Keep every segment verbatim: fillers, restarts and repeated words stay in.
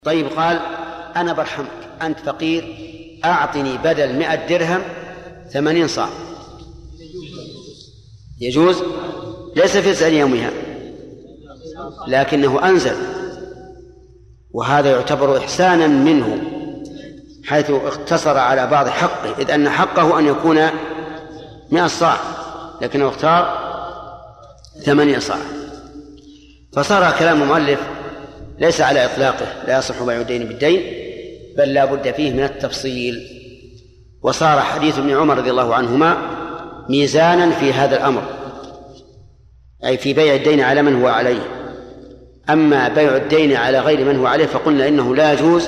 طيب قال أنا برحمك، أنت فقير، أعطني بدل مئة درهم ثمانين صاع، يجوز؟ ليس في سعر يومها لكنه أنزل، وهذا يعتبر إحسانا منه حيث اقتصر على بعض حقه، إذ أن حقه أن يكون مئة صاع لكنه اختار ثمانية صاع. فصار كلام المؤلف ليس على إطلاقه لا يصح بيع الدين بالدين، بل لا بد فيه من التفصيل. وصار حديث ابن عمر رضي الله عنهما ميزانا في هذا الأمر، أي في بيع الدين على من هو عليه. أما بيع الدين على غير من هو عليه فقلنا إنه لا يجوز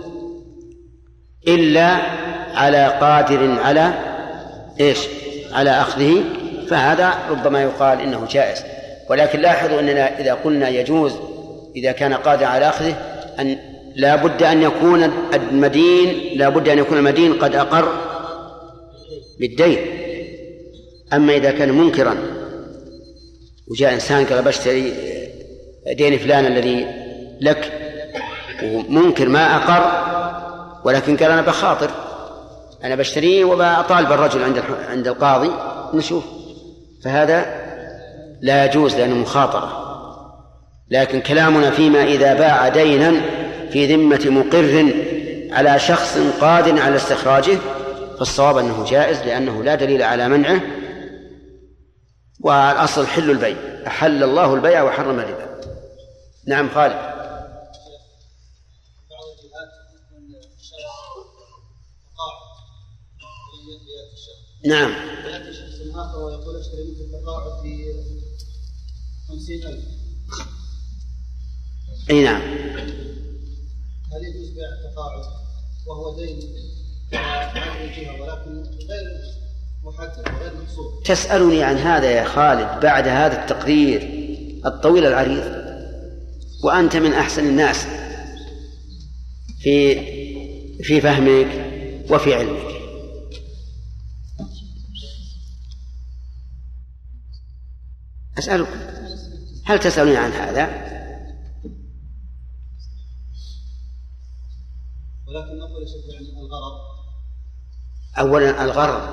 إلا على قادر على إيش؟ على أخذه، فهذا ربما يقال إنه جائز. ولكن لاحظوا أننا إذا قلنا يجوز إذا كان قادر على أخذه أن لا بد أن يكون المدين لا بد أن يكون المدين قد أقر بالدين. أما إذا كان منكرا وجاء إنسان قال بشتري دين فلان الذي لك ومنكر ما أقر، ولكن قال أنا بخاطر أنا بشتريه وبطالب الرجل عند عند القاضي نشوف، فهذا لا يجوز لأنه مخاطرة. لكن كلامنا فيما إذا باع دينا في ذمة مقر على شخص قادر على استخراجه فالصواب أنه جائز، لأنه لا دليل على منعه، والأصل حل البيع، أحل الله البيع وحرم الربا. نعم خالد. نعم. يأتي شخص آخر ويقول اشتري منك التقاعد في خمسين ألف. أي نعم. هل يجوز بيع التقاعد وهو دين هذه الجهة ولكن غير محدد وغير محصور؟ تسألني عن هذا يا خالد بعد هذا التقرير الطويل العريض، وأنت من أحسن الناس في في فهمك وفي علمك. أسألك هل تسألني عن هذا؟ ولكن أول شيء يعني الغرض، أولا الغرض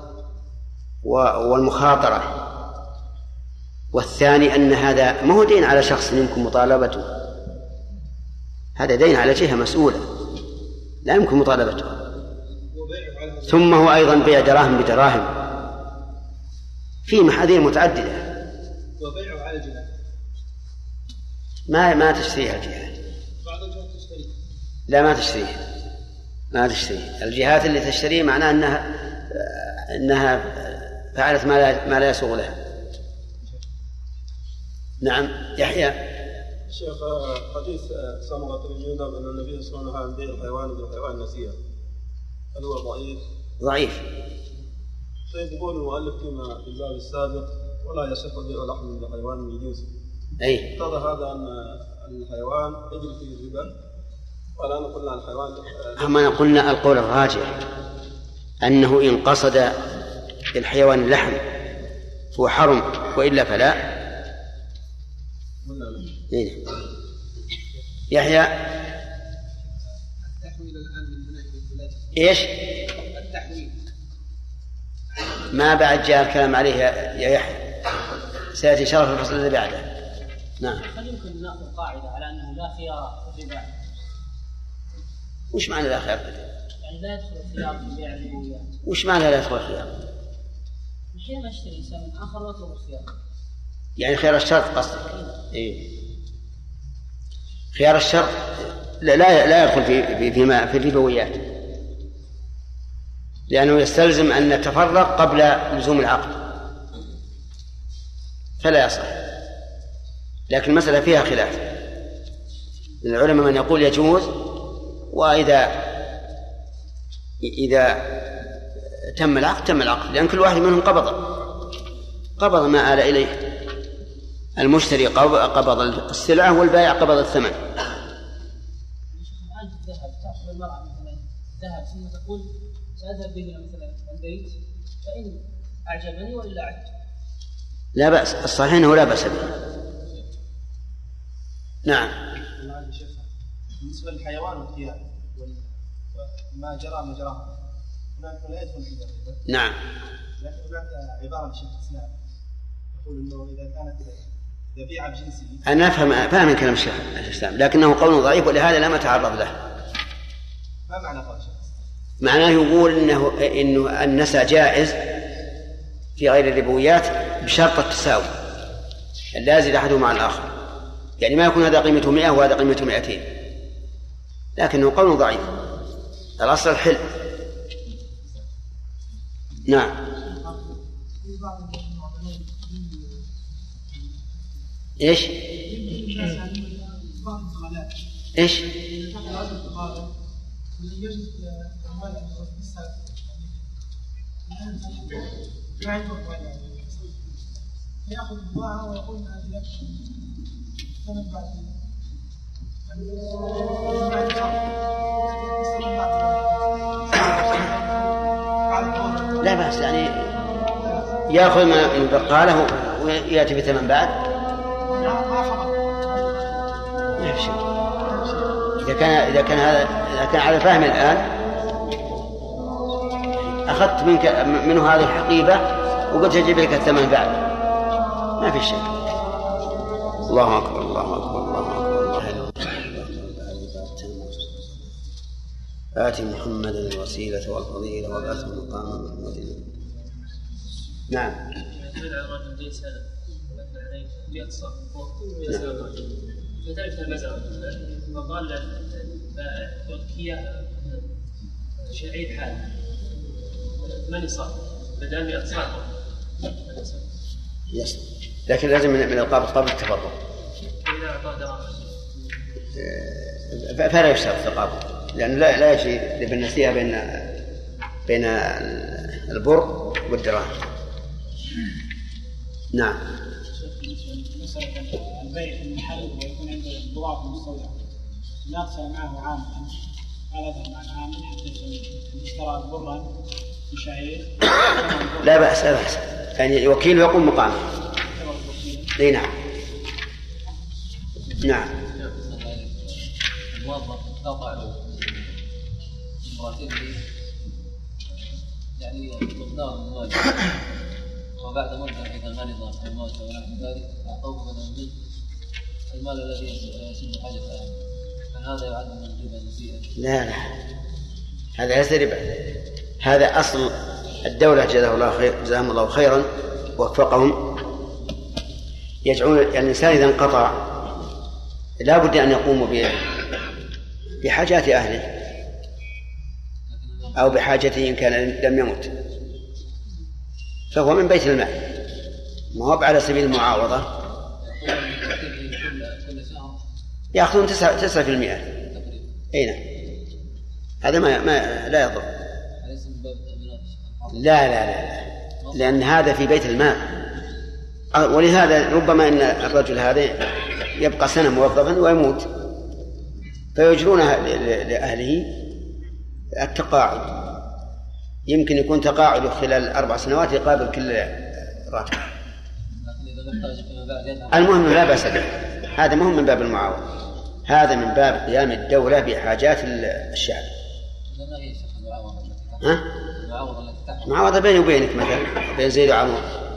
والمخاطرة، والثاني أن هذا ما هو دين على شخص يمكن مطالبته، هذا دين على جهة مسؤولة لا يمكن مطالبته. ثم هو أيضا بيع دراهم بدراهم في محاذير متعددة، وبيعه على الجهات ما ما تشتريها الجهات، بعض الجهات تشتري لا ما تشتريها ما تشتري الجهات اللي تشتري معناها أنها أنها فعلت ما لا ما لا يسوغ لها. نعم يحيى. شيخ حديث سمرة بن جندب أن النبي صلى الله عليه وسلم بيع الحيوان بالحيوان نسيئا، هل هو ضعيف؟ ضعيف. طيب يقول المؤلف فيما في الباب السابق ولا يصح بيع لحم بحيوان من جنسه. أي. اقتضى هذا أن الحيوان يجري فيه الربا، ولا نقول عن الحيوان. أما قلنا القول الراجح أنه إن قصد الحيوان اللحم هو حرم، وإلا فلا. إيه. يحيى. التحويل الآن من هناك إيش؟ التحويل ما بعد جاء الكلام عليه يا يحيى، سيأتي شرف الفصل الذي بعده. نعم. هل يمكن نأخذ قاعدة على أنه لا خيار في الربا؟ وش معنى لا خيار؟ يعني لا يدخل الخيار في بيع الربويات. وش معنى لا يدخل الخيار؟ أحيانا أشتري إنسان من آخر وأطلب الخيار. يعني خيار الشرط قصدك؟ إيه. خيار الشرط لا لا يدخل في فيما في الربويات، لأنه يستلزم أن نتفرق قبل لزوم العقد فلا يصح. لكن المسألة فيها خلاف، العلماء من يقول يجوز، وإذا إذا تم العقد تم العقد، لأن كل واحد منهم قبض قبض ما آل إليه، المشتري قبض السلعة والبائع قبض الثمن. الآن الذهب تأخذ المرأة مثلا ذهب ثم تقول سأذهب به مثلا البيت فإن أعجبني وإلا أعجب. لا بأس، الصحيح أنه لا بأس به. نعم. بالنسبة للحيوان والثياب وما جرى ما جرى هناك لا يدخل في ذلك. نعم. لكن هناك عبارة لشيخ الإسلام يقول إنه إذا كانت إذا بيع بجنسه. أنا أفهم فاهم كلام الشيخ الإسلام لكنه قول ضعيف ولهذا لم أتعرض له. ما معنى قول الشيخ؟ معناه يقول إنه إنه النساء جائز في غير الربويات بشرط التساوي لا يزيد أحدهما على الآخر، يعني ما يكون هذا قيمته مئة وهذا قيمته مئتين، لكنه قول ضعيف. الأصل الحل. نعم. إيش؟ إيش؟ يأخذ الله ويقول هذه ثمن بعد لا بأس، يعني يأخذ من بقاله ويأتي بثمن بعد ما في شيء. إذا كان إذا كان هذا إذا كان على فهم الآن أخذت منك منه هذه الحقيبة وقلت أجيب لك الثمن بعد ما في شيء. الله أكبر الله أكبر الله أكبر الله أكبر. آتي محمدا الوسيلة والفضيلة وبعثه مقاما محمودا. نعم. فتعرف المزرعة وقال تركيا شعير حال ثمانية صاع بدل مئة صاع. يس. لكن لازم من القابض قبل التفرق. إذا أعطى دراهم فلا يشترط القابض لأنه لا لا يجري بالنسيئة بين بين البر والدراهم. نعم. البيع في المحل ويكون عنده بضاعة مستودعة يقصر معه عام هذا مع عام حتى يشترى برا بشعير. لا بأس لا بأس، يعني الوكيل يقوم مقامه. اي نعم. نعم. الموظف قطع له مرتبه يعني مقدار المال وبعد مدة إذا مرض أو مات أو نحو ذلك أعطوه بدلا منه المال الذي يسد حاجته، فهذا يعد من ربا نسيئا؟ لا لا، هذا ليس ربا، هذا أصل الدولة جزاهم الله خير جزاهم الله خيرا ووفقهم، يجعلون يعني الإنسان إذا انقطع لا بد أن يقوم بحاجات أهله أو بحاجته إن كان لم يمت، فهو من بيت المال ما هو على سبيل المعاوضة. يأخذون تسعة تسعة في المئة. أي نعم، هذا ما, ما لا يضر. لا لا لا لا، لأن هذا في بيت المال، ولهذا ربما أن الرجل هذا يبقى سنة موظفا ويموت فيجرون لأهله التقاعد، يمكن يكون تقاعد خلال أربع سنوات يقابل كل راتب. المهم لا بأس به، هذا مهم من باب المعاوضة، هذا من باب قيام الدولة بحاجات الشعب. ها؟ معاوضة بيني وبينك مثلا بين زيد وعمر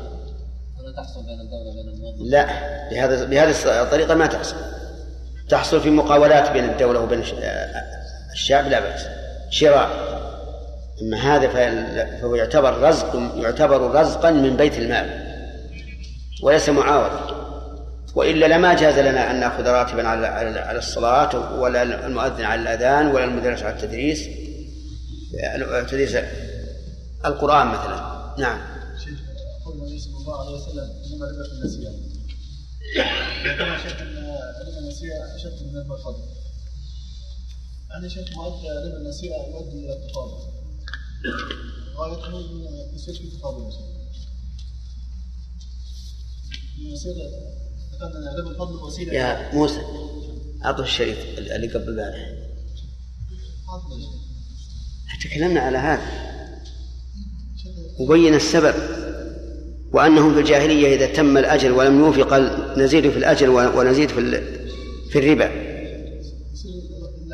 لا، بهذا بهذه الطريقة ما تحصل، تحصل في مقاولات بين الدولة وبين الشعب لا بأس، شراء. أما هذا فهو يعتبر رزق يعتبر رزقا من بيت المال وليس معاوضة، وإلا لما جاز لنا أن نأخذ راتبا على على الصلاة ولا المؤذن على الأذان ولا المدرس على التدريس تدريس القرآن مثلا. نعم. شيخ قول النبي صلى الله عليه وسلم إنما ربا في النسيئة، كما شيخ أن ربا النسيئة أشد من ربا الفضل، أنا شيخ مؤدى ربا النسيئة يؤدي إلى التفاضل، غايته من يصير في تفاضل يصير ذكرنا ربا الفضل وسيلة. يا موسى أعطه الشريط اللي قبل البارح، تكلمنا على هذا وبين السبب، وأنهم في الجاهلية إذا تم الأجل ولم يوفي قال نزيد في الأجل ونزيد في في الربا.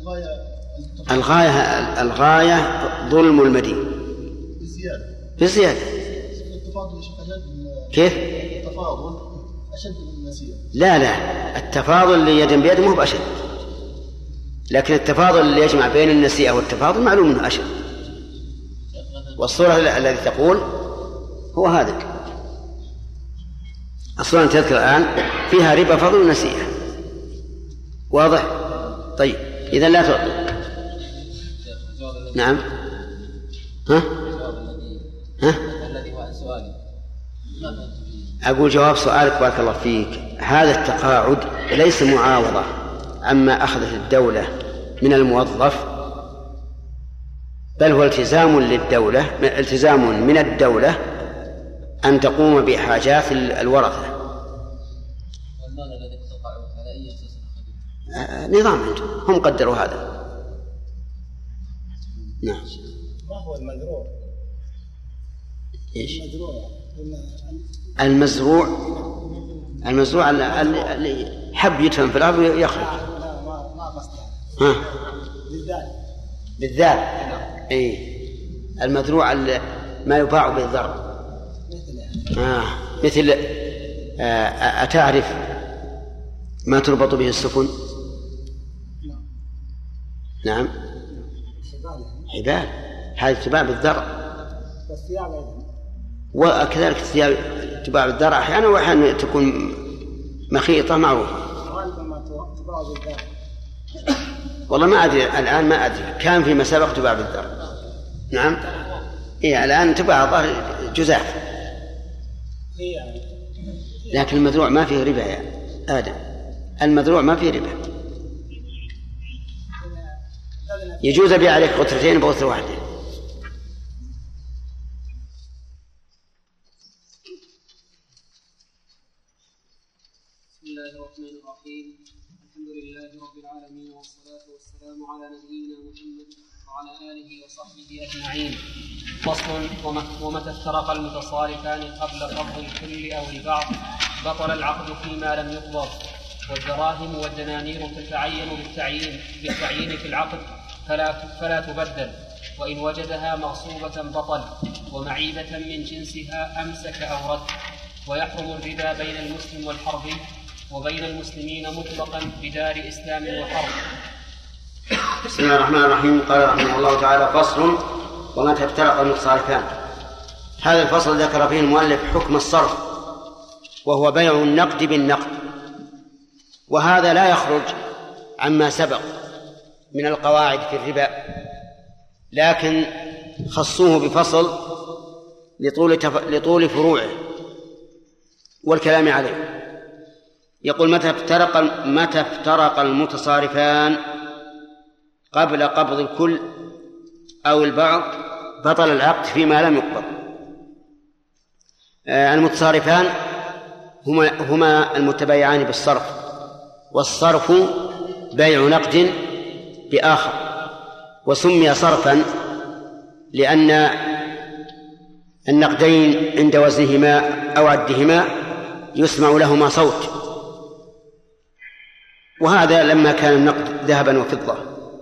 الغاية الغاية ظلم المدين بزيادة بزيادة. التفاضل كيف؟ التفاضل أشد من النسيئة. لا لا التفاضل اللي يد بيد مو بأشد، لكن التفاضل اللي يجمع بين النسيئة والتفاضل معلوم انه أشد. والصورة الذي تقول هو هذا الصورة التي تذكر الآن فيها ربا فضل ونسيئة. واضح؟ طيب إذن لا تعطي. نعم. ها؟ ها؟ أقول جواب سؤالك بارك الله فيك. هذا التقاعد ليس معاوضة عما أخذت الدولة من الموظف، بل هو التزام للدولة، التزام من الدولة أن تقوم بحاجات الورثة. والمال الذي تقاعد على أي أساس آه نظام عندهم هم قدروا هذا. نعم. ما هو المزروع؟ إيش؟ المزروع المزروع المزروع اللي حب يدفن في الأرض يخرج. لا ما ما قصدي. ها. بالذات. بالذات. إيه. المزروع ما يباع بالذر. آه. مثل آه أتعرف ما تربط به السفن؟ نعم. حبال. هذه تباع بالذر. وكذلك الثياب تباع بالذر أحيانا وأحيانا تكون مخيطة معروفة. والله ما أدري الآن، ما أدري كان فيما سبق تباع بالذر. نعم. إيه الآن تباع ظهر جزاف. لكن المذروع ما فيه ربا يا آدم، المذروع ما فيه ربا. يجوز أبيع عليك قطرتين بغطرة واحدة. بسم الله الرحمن الرحيم. الحمد لله رب العالمين والصلاة والسلام على نبينا محمد وعلى آله وصحبه أجمعين. فصل. ومتى افترق المتصارفان قبل قبض الكل أو البعض بطل العقد فيما لم يقبض. والدراهم والدنانير تتعين بالتعيين بالتعيين في العقد فلا فلا تبدل، وإن وجدها مغصوبة بطل، ومعيبة من جنسها أمسك أو رد. ويحرم الربا بين المسلم والحربي وبين المسلمين مطلقا بدار إسلام وحرب. بسم الله الرحمن الرحيم. قال رحمه الله تعالى: فصل. ومتى افترق المتصارفان. هذا الفصل ذكر فيه المؤلف حكم الصرف، وهو بيع النقد بالنقد، وهذا لا يخرج عما سبق من القواعد في الربا، لكن خصوه بفصل لطول, تف... لطول فروعه والكلام عليه. يقول: متى افترق متى افترق المتصارفان قبل قبض الكل أو البعض بطل العقد فيما لم يقبض. آه المتصارفان هما, هما المتبايعان بالصرف، والصرف بيع نقد بآخر، وسمي صرفا لأن النقدين عند وزنهما أو عدهما يسمع لهما صوت، وهذا لما كان النقد ذهبا وفضة.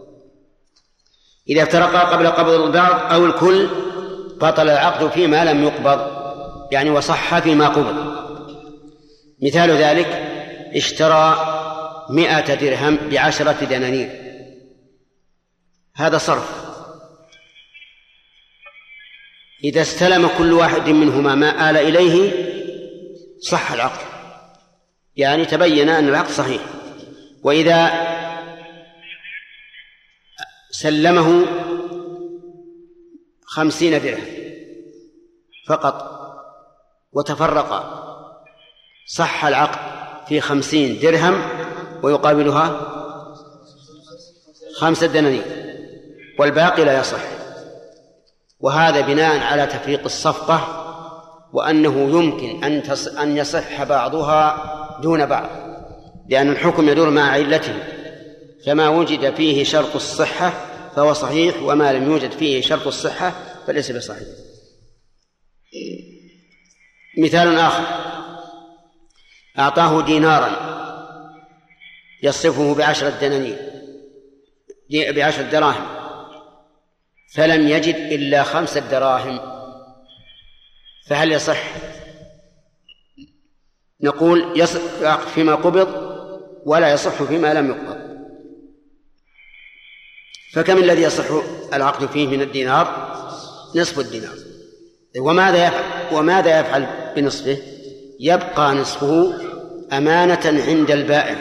إذا افترقا قبل قبض البعض أو الكل بطل العقد فيما لم يقبض، يعني وصح فيما قبض. مثال ذلك: اشترى مئة درهم بعشرة دنانير، هذا صرف. إذا استلم كل واحد منهما ما آل إليه صح العقد، يعني تبين أن العقد صحيح. وإذا سلمه خمسين درهم فقط وتفرقا صح العقد في خمسين درهم ويقابلها خمسة دنانير، والباقي لا يصح. وهذا بناء على تفريق الصفقة، وأنه يمكن أن أن يصح بعضها دون بعض، لأن الحكم يدور مع علته، فما وجد فيه شرط الصحة فهو صحيح، وما لم يوجد فيه شرط الصحة فليس بصحيح. مثال آخر: أعطاه دينارا يصرفه بعشرة دنانير، بعشر دراهم فلم يجد إلا خمسة دراهم فهل يصح؟ نقول يصح فيما قبض ولا يصح فيما لم يقبض. فكم الذي يصح العقد فيه من الدينار؟ نصف الدينار. وماذا يفعل, وماذا يفعل بنصفه؟ يبقى نصفه أمانة عند البائع،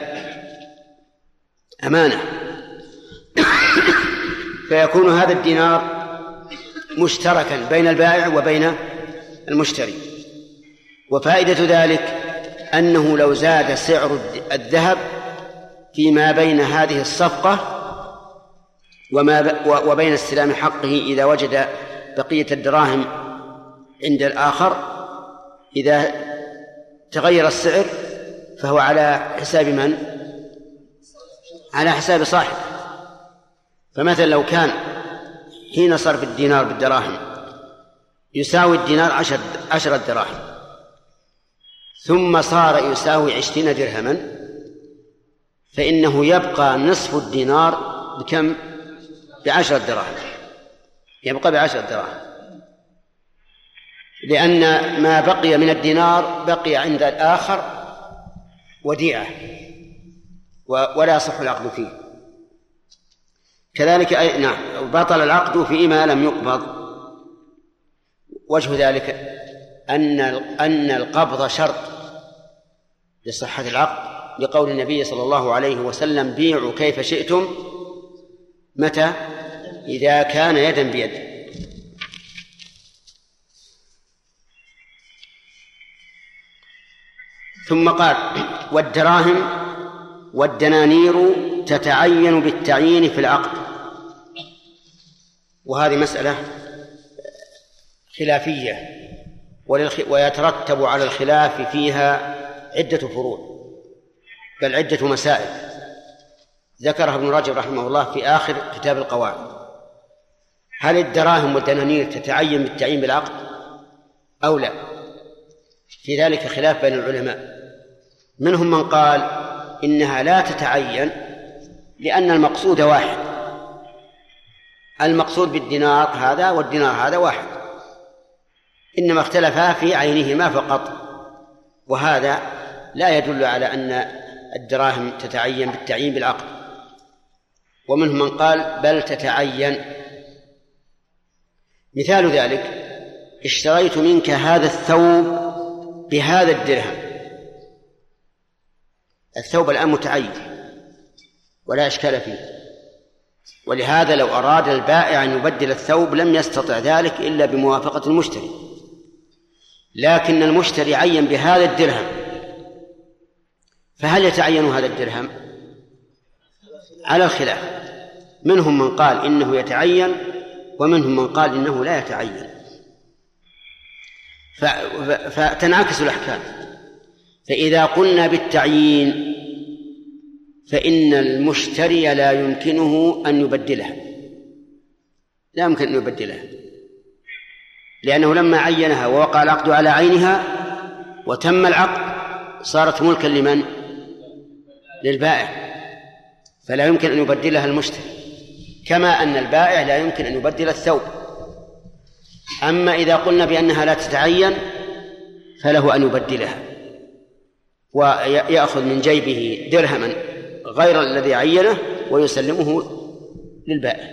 أمانة فيكون هذا الدينار مشتركا بين البائع وبين المشتري. وفائدة ذلك أنه لو زاد سعر الذهب فيما بين هذه الصفقة وما وبين استلام حقه إذا وجد بقية الدراهم عند الآخر، إذا تغير السعر فهو على حساب من؟ على حساب صاحب. فمثلا لو كان حين صرف الدينار بالدراهم يساوي الدينار عشر, عشر دراهم ثم صار يساوي عشرين درهما، فإنه يبقى نصف الدينار بكم؟ بعشر دراهم، يبقى بعشر دراهم، لأن ما بقي من الدينار بقي عند الآخر وديعة ولا يصح العقد فيه. كذلك أي نعم بطل العقد فيما لم يقبض. وجه ذلك أن أن القبض شرط لصحة العقد، لقول النبي صلى الله عليه وسلم: بيعوا كيف شئتم متى؟ إذا كان يدا بيد. ثم قال: والدراهم والدنانير تتعين بالتعيين في العقد. وهذه مسألة خلافية ويترتب على الخلاف فيها عدة فروع، بل عدة مسائل ذكرها ابن رجب رحمه الله في آخر كتاب القواعد. هل الدراهم والدنانير تتعين بالتعيين بالعقد أو لا؟ في ذلك خلاف بين العلماء. منهم من قال إنها لا تتعين لأن المقصود واحد، المقصود بالدينار هذا والدينار هذا واحد، إنما اختلفا في عينهما فقط، وهذا لا يدل على أن الدراهم تتعين بالتعيين بالعقد. ومنهم من قال بل تتعين. مثال ذلك: اشتريت منك هذا الثوب بهذا الدرهم. الثوب الآن متعين ولا إشكال فيه، ولهذا لو أراد البائع أن يبدل الثوب لم يستطع ذلك إلا بموافقة المشتري، لكن المشتري عين بهذا الدرهم، فهل يتعين هذا الدرهم؟ على الخلاف، منهم من قال إنه يتعين ومنهم من قال إنه لا يتعين، فتنعكس الأحكام. فإذا قلنا بالتعيين فإن المشتري لا يمكنه أن يبدلها، لا يمكن أن يبدلها، لأنه لما عينها ووقع العقد على عينها وتم العقد صارت ملكا لمن؟ للبائع، فلا يمكن أن يبدلها المشتري، كما أن البائع لا يمكن أن يبدل الثوب. أما إذا قلنا بأنها لا تتعين فله أن يبدلها ويأخذ من جيبه درهما غير الذي عينه ويسلمه للبائع.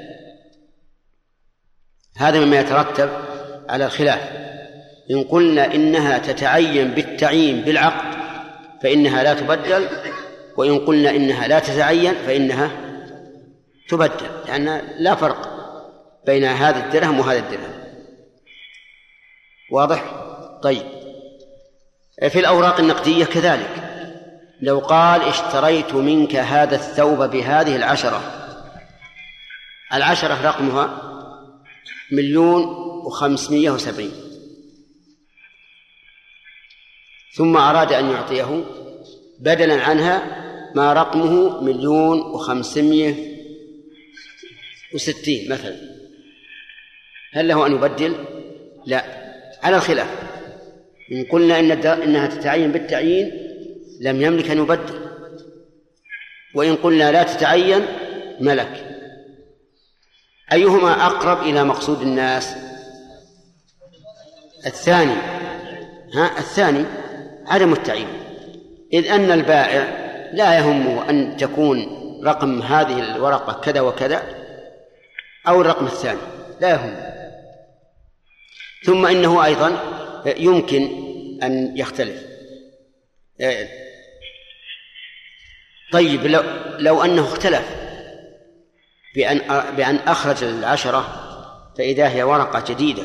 هذا مما يترتب على الخلاف. إن قلنا إنها تتعين بالتعيين بالعقد فإنها لا تبدل، وإن قلنا إنها لا تتعين فإنها تبدل، لأن لا فرق بين هذا الدرهم وهذا الدرهم. واضح؟ طيب، في الأوراق النقدية كذلك، لو قال اشتريت منك هذا الثوب بهذه العشرة، العشرة رقمها مليون وخمسمائة وسبعين، ثم أراد أن يعطيه بدلا عنها ما رقمه مليون وخمسمائة وستين مثلا، هل له أن يبدل؟ لا، على الخلاف. إن قلنا إن إنها تتعين بالتعيين لم يملك أن يبدل، وإن قلنا لا تتعين ملك. أيهما أقرب إلى مقصود الناس؟ الثاني. ها الثاني عدم التعيين، إذ أن البائع لا يهمه أن تكون رقم هذه الورقة كذا وكذا أو الرقم الثاني، لا يهمه. ثم إنه أيضا يمكن أن يختلف. طيب لو, لو أنه اختلف بأن, بأن أخرج العشرة فإذا هي ورقة جديدة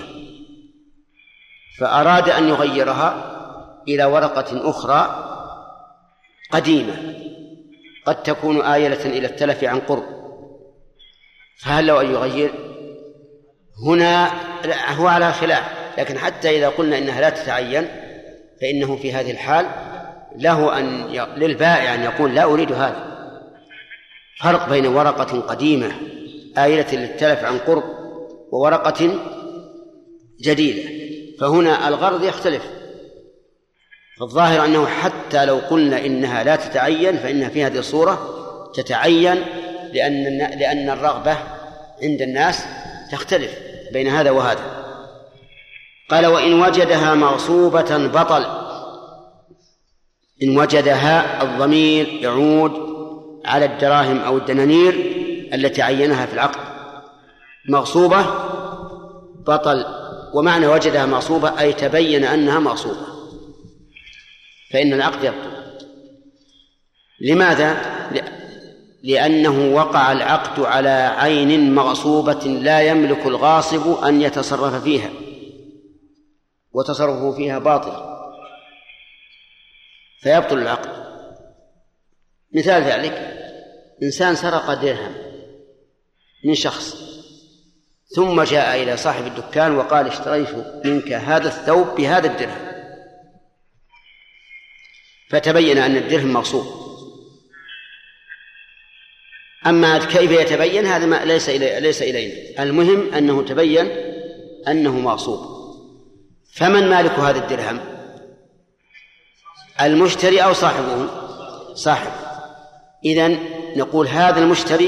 فأراد أن يغيرها إلى ورقة أخرى قديمة قد تكون آيلة إلى التلف عن قرب، فهل لو أن يغير؟ هنا هو على خلاف، لكن حتى إذا قلنا إنها لا تتعين فإنه في هذه الحال له أن ي... للبائع أن يقول لا أريد هذا. فرق بين ورقة قديمة آيلة للتلف عن قرب وورقة جديدة، فهنا الغرض يختلف. فالظاهر أنه حتى لو قلنا إنها لا تتعين فإنها في هذه الصورة تتعين، لأن لأن الرغبة عند الناس تختلف بين هذا وهذا. قال وإن وجدها مغصوبة بطل. إن وجدها الضمير يعود على الدراهم أو الدنانير التي عينها في العقد مغصوبة بطل. ومعنى وجدها مغصوبة أي تبين أنها مغصوبة، فإن العقد يبطل. لماذا؟ لأنه وقع العقد على عين مغصوبة لا يملك الغاصب أن يتصرف فيها، وتصرفه فيها باطل فيبطل العقد. مثال ذلك إنسان سرق درهم من شخص ثم جاء إلى صاحب الدكان وقال اشتريت منك هذا الثوب بهذا الدرهم، فتبين أن الدرهم مغصوب. أما كيف يتبين هذا ما ليس إلي ليس إلينا، المهم أنه تبين أنه مغصوب. فمن مالك هذا الدرهم؟ المشتري أو صاحبه؟ صاحب. إذن نقول هذا المشتري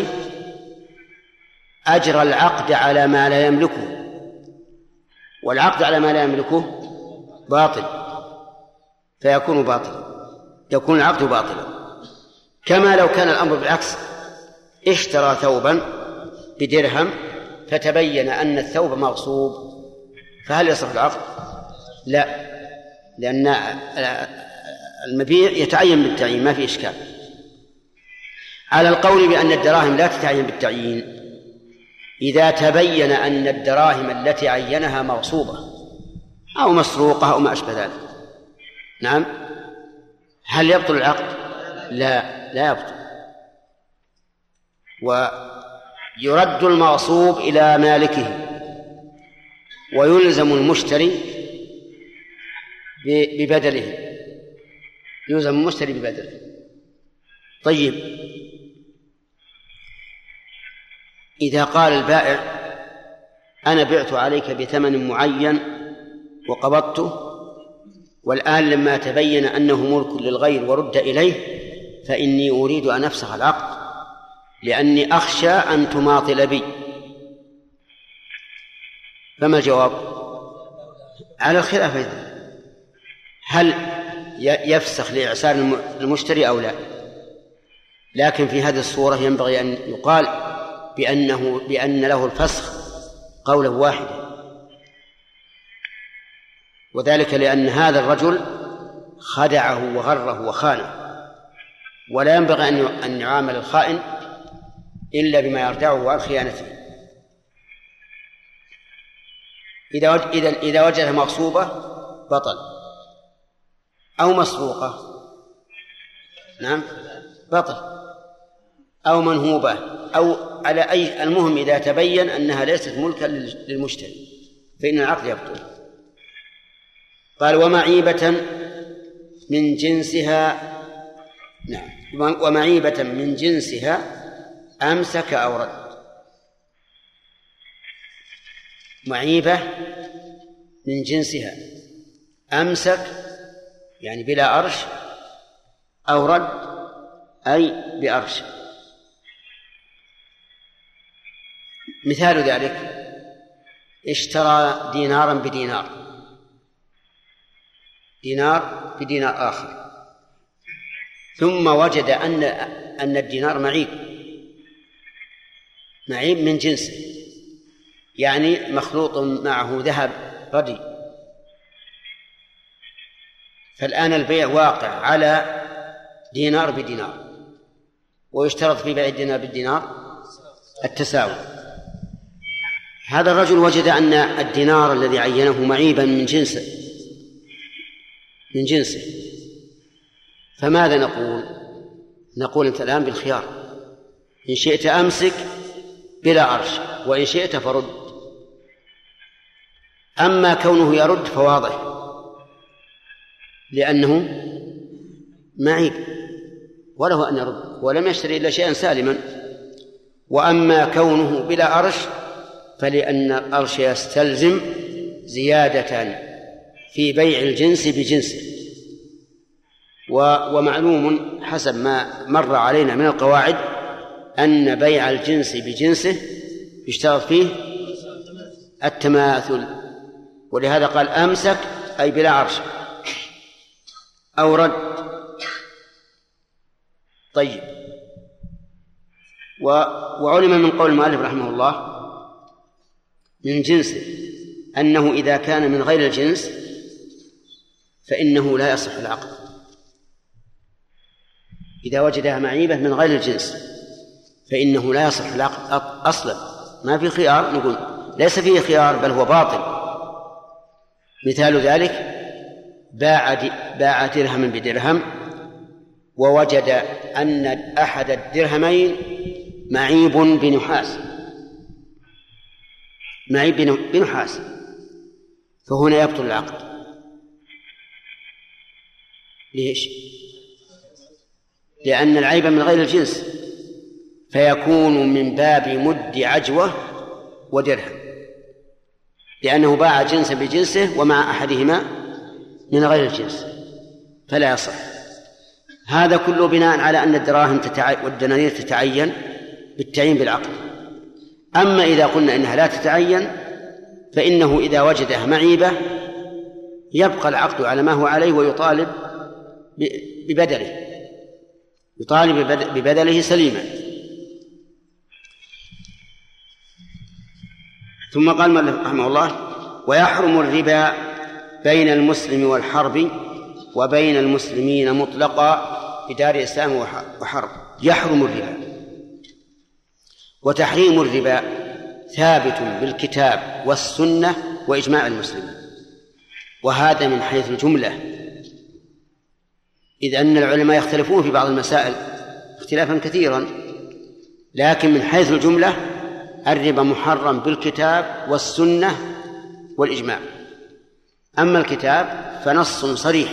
أجرى العقد على ما لا يملكه، والعقد على ما لا يملكه باطل، فيكون باطلا، يكون العقد باطلا. كما لو كان الأمر بالعكس، اشترى ثوبا بدرهم فتبين أن الثوب مغصوب، فهل يصح العقد؟ لا، لأن المبيع يتعين بالتعيين، ما في إشكال. على القول بأن الدراهم لا تتعين بالتعيين إذا تبين أن الدراهم التي عينها مغصوبة أو مسروقة أو ما أشبه ذلك. نعم. هل يبطل العقد؟ لا، لا يبطل. ويرد المغصوب إلى مالكه ويلزم المشتري ببدله، يلزم المشتري ببدله. طيب، إذا قال البائع أنا بعت عليك بثمن معين وقبضته، والآن لما تبين أنه ملك للغير ورد إليه فإني أريد أن أفسخ العقد لأني أخشى أن تماطل بي، فما الجواب؟ على الخلاف إذن هل يفسخ لإعسار المشتري أو لا. لكن في هذه الصورة ينبغي أن يقال بأنه بأن له الفسخ قولا واحدا، وذلك لأن هذا الرجل خدعه وغره وخانه، ولا ينبغي أن يعامل الخائن إلا بما يردعه عن خيانته. إذا إذا وجدها مغصوبة بطل، أو مسروقة نعم بطل، أو منهوبة، أو على أي، المهم إذا تبين أنها ليست ملكا للمشتري فإن العقد يبطل. قال ومعيبة من جنسها، نعم، ومعيبة من جنسها أمسك أو رد. معيبة من جنسها أمسك يعني بلا أرش، أو رد أي بأرش. مثال ذلك اشترى دينارا بدينار، دينار بدينار آخر، ثم وجد أن أن الدينار معيب، معيب من جنسه، يعني مخلوط معه ذهب ردي. فالآن البيع واقع على دينار بدينار، ويشترط في بيع الدينار بالدينار التساوي. هذا الرجل وجد أن الدينار الذي عينه معيبا من جنسه من جنسه فماذا نقول؟ نقول أنت الآن بالخيار، إن شئت أمسك بلا أرش، وإن شئت فرد. أما كونه يرد فواضح لأنه معيب وله أن يرد ولم يشتري إلا شيئا سالما. وأما كونه بلا أرش فلأن الأرش يستلزم زيادة في بيع الجنس بجنسه، ومعلوم حسب ما مر علينا من القواعد أن بيع الجنس بجنسه يشترط فيه التماثل، ولهذا قال أمسك أي بلا عرش أو رد. طيب، وعلم من قول المؤلف رحمه الله من جنسه أنه إذا كان من غير الجنس فإنه لا يصح العقد. إذا وجدها معيبة من غير الجنس فإنه لا يصح العقد أصلا، ما في خيار، نقول ليس فيه خيار بل هو باطل. مثال ذلك باع باع درهما بدرهم ووجد أن أحد الدرهمين معيب بنحاس معيب بنحاس فهنا يبطل العقد. ليش؟ لأن العيب من غير الجنس فيكون من باب مد عجوة ودرهم، لأنه باع جنسا بجنسه ومع أحدهما من غير الجنس فلا يصح. هذا كله بناء على أن الدراهم تتع... والدنانير تتعين بالتعيين بالعقد. أما إذا قلنا إنها لا تتعين فإنه إذا وجدها معيبة يبقى العقد على ما هو عليه ويطالب ببدله يطالب ببدله سليما. ثم قال مالك رحمه الله: ويحرم الربا بين المسلم والحرب وبين المسلمين مطلقا بدار إسلام وحرب. يحرم الربا، وتحريم الربا ثابت بالكتاب والسنة وإجماع المسلمين، وهذا من حيث الجملة، إذ أن العلماء يختلفون في بعض المسائل اختلافا كثيرا، لكن من حيث الجملة الربا محرم بالكتاب والسنة والإجماع. أما الكتاب فنص صريح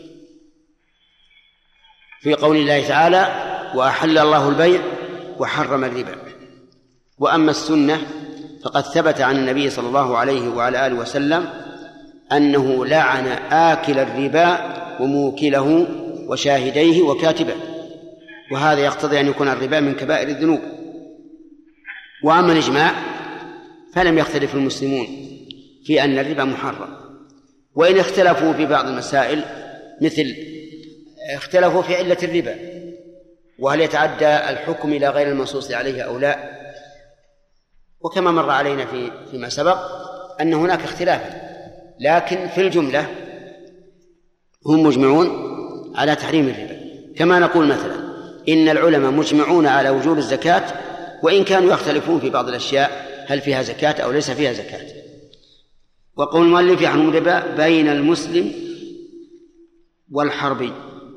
في قول الله تعالى: وأحل الله البيع وحرم الربا. وأما السنة فقد ثبت عن النبي صلى الله عليه وعلى آله وسلم أنه لعن آكل الربا وموكله وشاهديه وكاتبه، وهذا يقتضي أن يكون الربا من كبائر الذنوب. وأما الإجماع فلم يختلف المسلمون في أن الربا محرم، وإن اختلفوا في بعض المسائل، مثل اختلفوا في علة الربا وهل يتعدى الحكم إلى غير المنصوص عليه أو لا، وكما مر علينا في فيما سبق أن هناك اختلاف، لكن في الجملة هم مجمعون على تحريم الربا. كما نقول مثلا إن العلماء مجمعون على وجوب الزكاة، وإن كانوا يختلفون في بعض الأشياء هل فيها زكاة أو ليس فيها زكاة. وقول المؤلف: يحرم الربا بين المسلم والحربي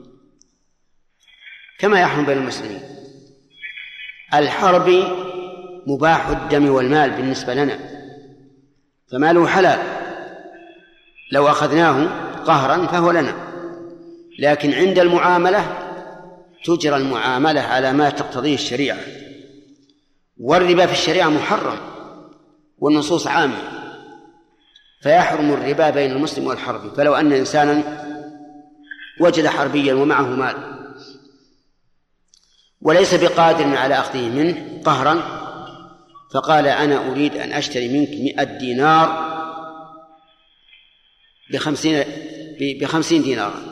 كما يحرم بين المسلمين. الحربي مباح الدم والمال بالنسبة لنا، فماله حلال، لو أخذناه قهرا فهو لنا، لكن عند المعاملة تجرى المعاملة على ما تقتضيه الشريعة. والربا في الشريعة محرم والنصوص عامة، فيحرم الربا بين المسلم والحربي. فلو أن إنسانا وجد حربيا ومعه مال وليس بقادر على أخذه منه قهرا، فقال أنا أريد أن أشتري منك مئة دينار بخمسين, بخمسين دينارا،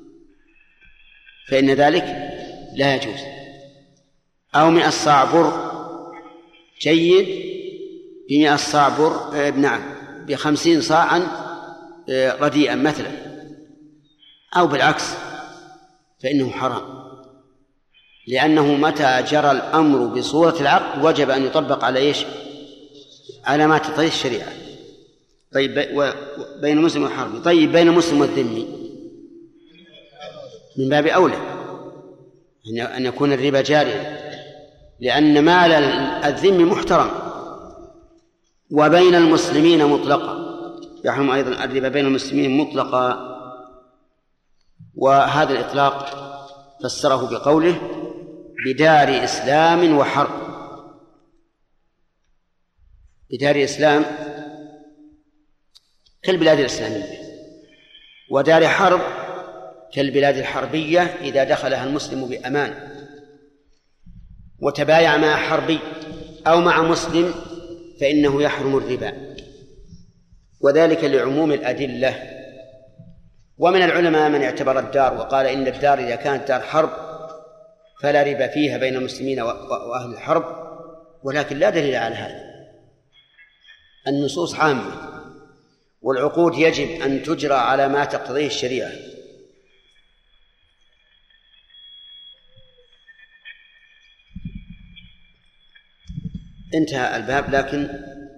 فإن ذلك لا يجوز. أو مئة صاع بر جيد بمئة صاع بر نعم بخمسين صاعا رديئا مثلا، أو بالعكس فإنه حرام، لأنه متى جرى الأمر بصورة العقد وجب أن يطبق على إيش؟ على ما تقتضيه الشريعة. طيب بين المسلم والحربي. طيب بين المسلم والذمي من باب أولى أن يكون الربا جاريا، لأن مال الذمي محترم. وبين المسلمين مطلقا يحرم أيضا الربا بين المسلمين مطلقا، وهذا الإطلاق فسره بقوله بدار إسلام وحرب. بدار إسلام كالبلاد الإسلامية، ودار حرب كالبلاد الحربية إذا دخلها المسلم بأمان وتبايع مع حربي أو مع مسلم فإنه يحرم الربا، وذلك لعموم الأدلة. ومن العلماء من اعتبر الدار وقال إن الدار إذا كانت دار حرب فلا ربا فيها بين المسلمين وأهل الحرب، ولكن لا دليل على هذا. النصوص عامة، والعقود يجب أن تجرى على ما تقتضيه الشريعة. انتهى الباب، لكن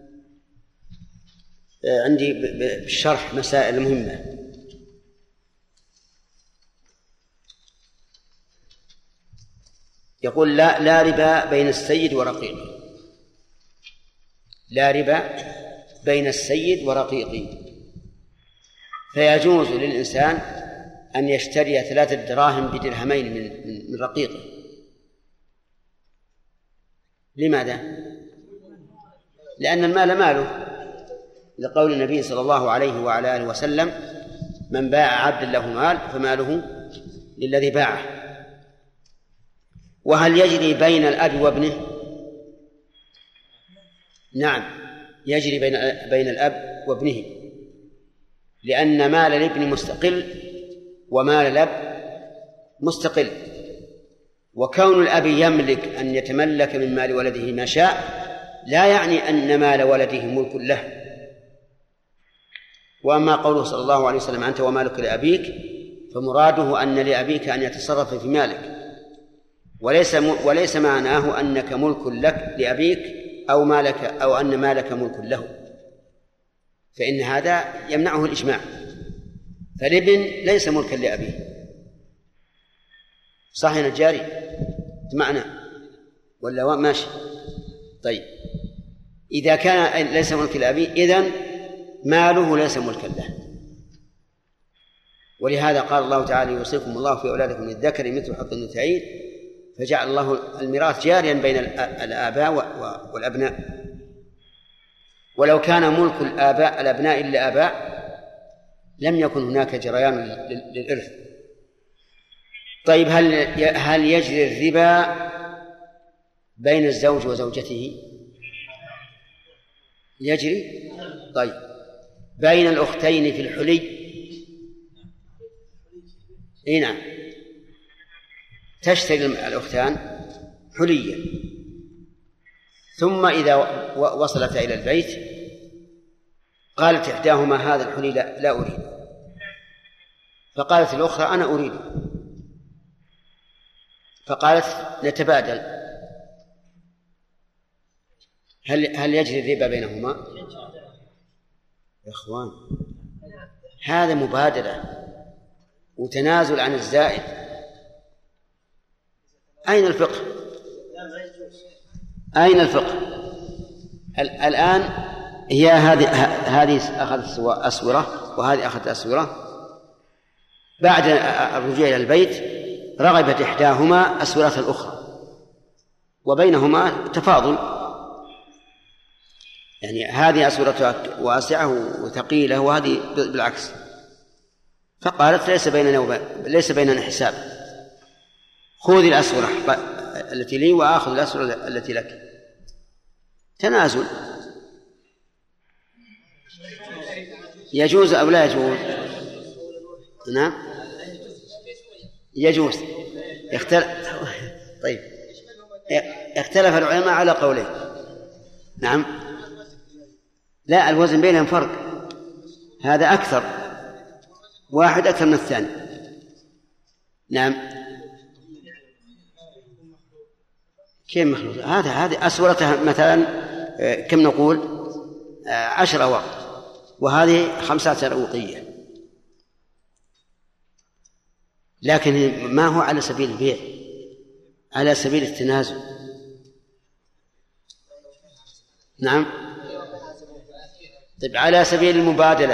عندي بالشرح مسائل مهمة. يقول لا لا ربا بين السيد ورقيقه. لا ربا بين السيد ورقيقه، فيجوز للإنسان أن يشتري ثلاثة دراهم بدرهمين من من رقيقه. لماذا؟ لأن المال ماله، لقول النبي صلى الله عليه وعلى آله وسلم من باع عبد له مال فماله للذي باعه. وهل يجري بين الأب وابنه؟ نعم يجري بين بين الأب وابنه، لأن مال الابن مستقل ومال الأب مستقل، وكون الأب يملك أن يتملك من مال ولده ما شاء لا يعني أن مال ولده ملك له. وأما قوله صلى الله عليه وسلم أنت ومالك لأبيك، فمراده أن لأبيك أن يتصرف في مالك، وليس وليس معناه أنك ملك لك لأبيك أو مالك أو أن مالك ملك له، فإن هذا يمنعه الإجماع. فالابن ليس ملكا لأبيه. صح يا نجاري؟ معنا ولا ماشي؟ طيب إذا كان ليس ملكا لأبيه إذن ماله ليس ملكا له. ولهذا قال الله تعالى يوصيكم الله في أولادكم للذكر مثل حظ الأنثيين، فجعل الله الميراث جاريا بين الآباء والأبناء. ولو كان ملك الآباء الأبناء للآباء لم يكن هناك جريان للإرث. طيب هل هل يجري الربا بين الزوج وزوجته؟ يجري. طيب بين الأختين في الحلي؟ إيه نعم، تشتري الأختان حليا، ثم إذا وصلتا إلى البيت قالت إحداهما هذا الحلي لا, لا أريد، فقالت الأخرى أنا أريد، فقالت نتبادل. هل هل يجري الربا بينهما؟ يا إخوان هذا مبادلة وتنازل عن الزائد. أين الفقه؟ أين الفقه؟ الآن هي هذه هذه أخذت أسورة وهذه أخذت أسورة، بعد الرجوع إلى البيت رغبت إحداهما أسورة الأخرى وبينهما تفاضل، يعني هذه أسورتها واسعة وثقيلة وهذه بالعكس، فقالت ليس بيننا ليس بيننا حساب، خذي الأسورة التي لي وآخذ الأسورة التي لك. تنازل. يجوز أو لا يجوز؟ نعم يجوز. اختلف طيب اختلف العلماء على قولين. نعم لا، الوزن بينهم فرق، هذا أكثر، واحد أكثر من الثاني. نعم كيف مخلوط؟ هذا هذه أسورتها مثلا كم نقول عشر أواق، وهذه خمسة أوقية، لكن ما هو على سبيل البيع، على سبيل التنازل. نعم طيب على سبيل المبادلة.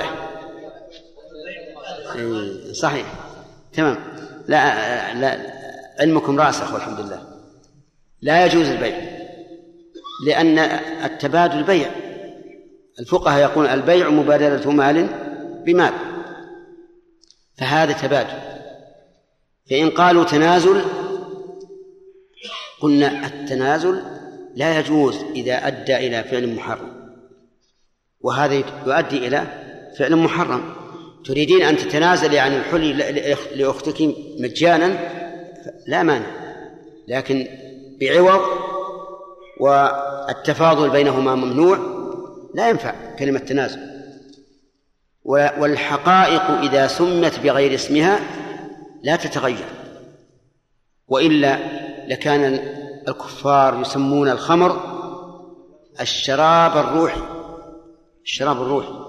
صحيح تمام. لا لا علمكم راسخ والحمد لله. لا يجوز البيع، لأن التبادل بيع. الفقهاء يقول البيع مبادلة مال بمال، فهذا تبادل. فإن قالوا تنازل قلنا التنازل لا يجوز إذا أدى إلى فعل محرم، وهذا يؤدي إلى فعل محرم. تريدين أن تتنازل عن الحلي لأختك مجانا لا مانع، لكن بعوض والتفاضل بينهما ممنوع، لا ينفع كلمة تنازل. والحقائق إذا سمت بغير اسمها لا تتغير، وإلا لكان الكفار يسمون الخمر الشراب الروحي، الشراب الروحي.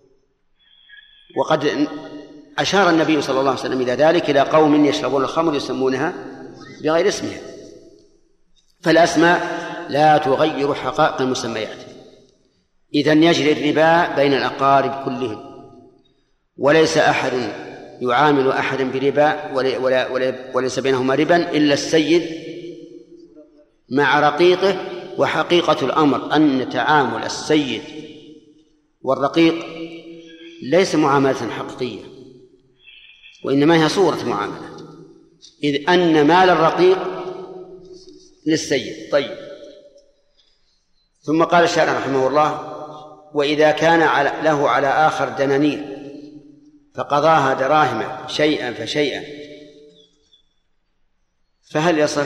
وقد أشار النبي صلى الله عليه وسلم إلى ذلك، إلى قوم يشربون الخمر يسمونها بغير اسمها. فالأسماء لا تغير حقائق المسميات. إذن يجري الربا بين الأقارب كلهم، وليس أحد يعامل أحدا بربا وليس بينهما ربا إلا السيد مع رقيقه. وحقيقة الأمر أن تعامل السيد والرقيق ليس معاملة حقيقية، وإنما هي صورة معاملة، إذ أن مال الرقيق للسيد. طيب ثم قال الشارع رحمه الله: وإذا كان له على آخر دنانير فقضاها دراهم شيئا فشيئا فهل يصح؟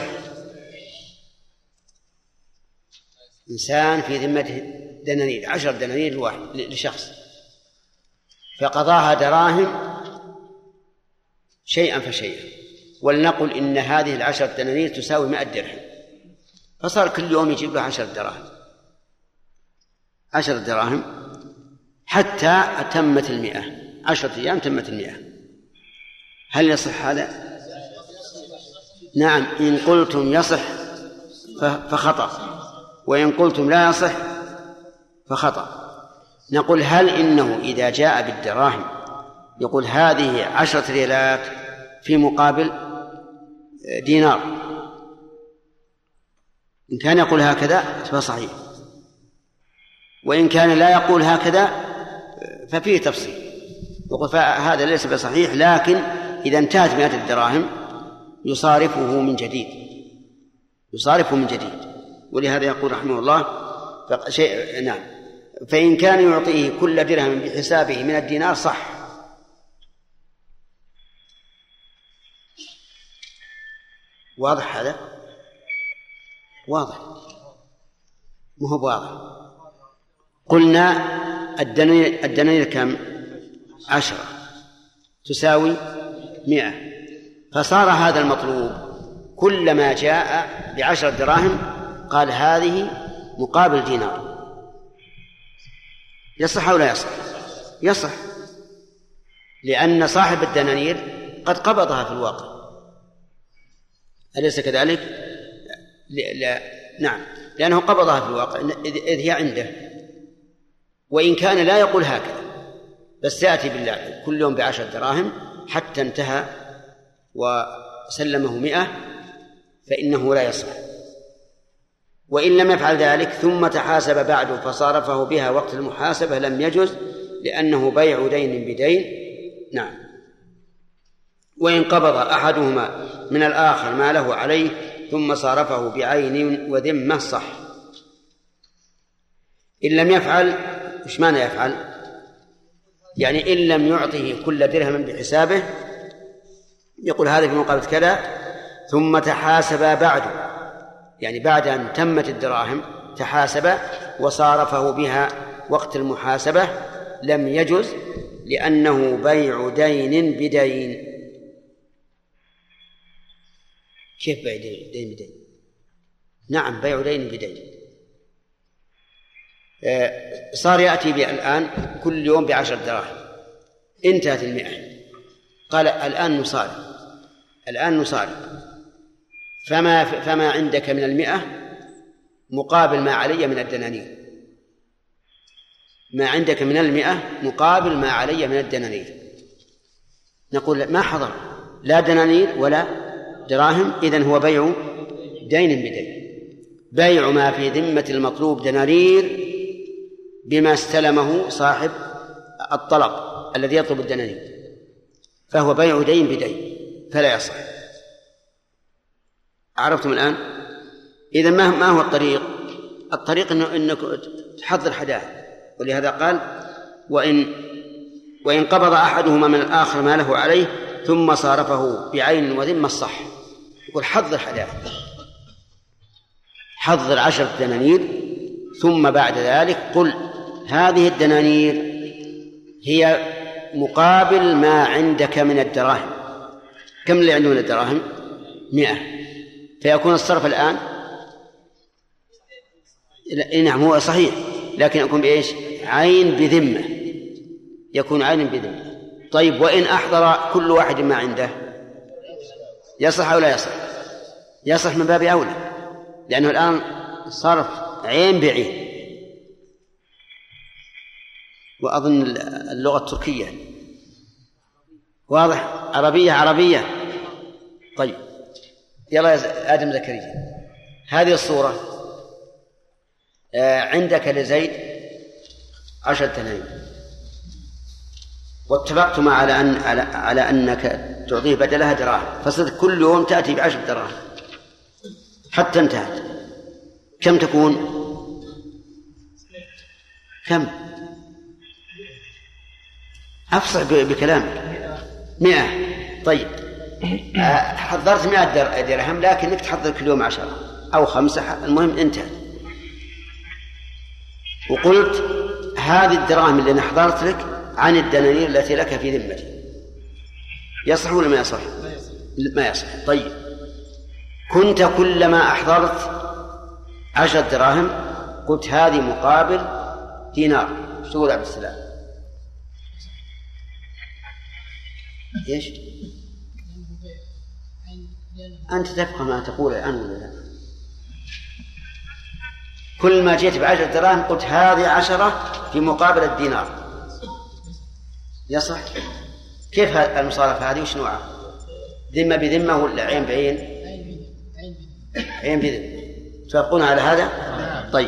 إنسان في ذمته دنانير، عشر دنانير لواحد لشخص، فقضاها دراهم شيئا فشيئا، ولنقل إن هذه العشر دنانير تساوي مائة درهم، فصار كل يوم يجيب له عشر دراهم عشر دراهم حتى أتمت المئة، عشرة أيام تمت المئة. هل يصح هذا؟ نعم، إن قلتم يصح فخطأ، وإن قلتم لا يصح فخطأ. نقول: هل إنه إذا جاء بالدراهم يقول هذه عشرة ريالات في مقابل دينار؟ إن كان يقول هكذا فصحيح، وإن كان لا يقول هكذا ففيه تفصيل، يقول فهذا ليس بصحيح، لكن إذا انتهت مئة الدراهم يصارفه من جديد يصارفه من جديد ولهذا يقول رحمه الله شيء نعم فإن كان يعطيه كل درهم بحسابه من الدينار صح. واضح هذا؟ واضح؟ مو هو واضح؟ قلنا الدنانير الدنانير كم؟ عشرة تساوي مئة، فصار هذا المطلوب كلما جاء بعشر دراهم قال هذه مقابل دينار. يصح أو لا يصح؟ يصح، لأن صاحب الدنانير قد قبضها في الواقع، أليس كذلك؟ لا, لا. نعم، لأنه قبضها في الواقع إذ هي عنده، وإن كان لا يقول هكذا بس يأتي بالله كل يوم بعشر دراهم حتى انتهى وسلمه مئة فإنه لا يصح. وإن لم يفعل ذلك ثم تحاسب بعده فصارفه بها وقت المحاسبة لم يجز، لأنه بيع دين بدين. نعم. وإن قبض أحدهما من الآخر ما له عليه ثم صارفه بعين وذمة صح. إن لم يفعل إيش معنى يفعل؟ يعني إن لم يعطه كل درهم بحسابه يقول هذا في مقابل كذا، ثم تحاسب بعد، يعني بعد أن تمت الدراهم تحاسب وصارفه بها وقت المحاسبة، لم يجز لأنه بيع دين بدين. كيف بيع دين بدين؟ نعم بيع دين بدين. صار يأتي الآن كل يوم بعشر دراهم، انتهت المئة، قال الآن نصارف، الآن نصارف، فما فما عندك من المئة مقابل ما علي من الدنانير، ما عندك من المئة مقابل ما علي من الدنانير. نقول ما حضر لا دنانير ولا دراهم، إذن هو بيع دين بدين، بيع ما في ذمة المطلوب دنانير بما استلمه صاحب الطلب الذي يطلب الدنانير، فهو بيع دين بدين فلا يصح. عرفتم الآن؟ إذن ما هو الطريق؟ الطريق إنه إنك تحضر حدائق، ولهذا قال وإن وإن قبض أحدهما من الآخر ما له عليه ثم صارفه بعين وذمة الصح، يقول حضر حدائق، حضر عشر دنانير، ثم بعد ذلك قل هذه الدنانير هي مقابل ما عندك من الدراهم. كم اللي عنده من الدراهم؟ مئة، فيكون الصرف الآن نعم هو صحيح، لكن يكون بإيش؟ عين بذمة، يكون عين بذمة. طيب وإن أحضر كل واحد ما عنده يصح أو لا يصح؟ يصح من باب أولى، لأنه الآن صرف عين بعين. وأظن اللغة التركية واضح، عربية عربية. طيب يلا يا آدم زكريا، هذه الصورة عندك لزيد عشر دنانير، واتفقتما على أن على, على أنك تعطيه بدلها دراهم، فصرت كل يوم تأتي بعشر دراهم حتى انتهت. كم تكون؟ كم؟ أفصح بكلامك. مئة. طيب حضرت مئة درهم، لكنك تحضر كل يوم عشرة أو خمسة، المهم انتهت، وقلت هذه الدراهم اللي نحضرت لك عن الدنانير التي لك في ذمتي، يصح ولا ما يصح؟ ما يصح. طيب كنت كلما أحضرت عشر دراهم قلت هذه مقابل دينار، ايش تقول عبد السلام؟ ايش؟ أنت تفهم ما تقول الآن ولا لا؟ كل ما جئت بعشر دراهم قلت هذه عشرة في مقابل الدينار، يصح؟ كيف المصارفة هذه وش نوعها؟ ذمة بذمة ولا عين بعين؟ عين بذمة. توافقون على هذا؟ طيب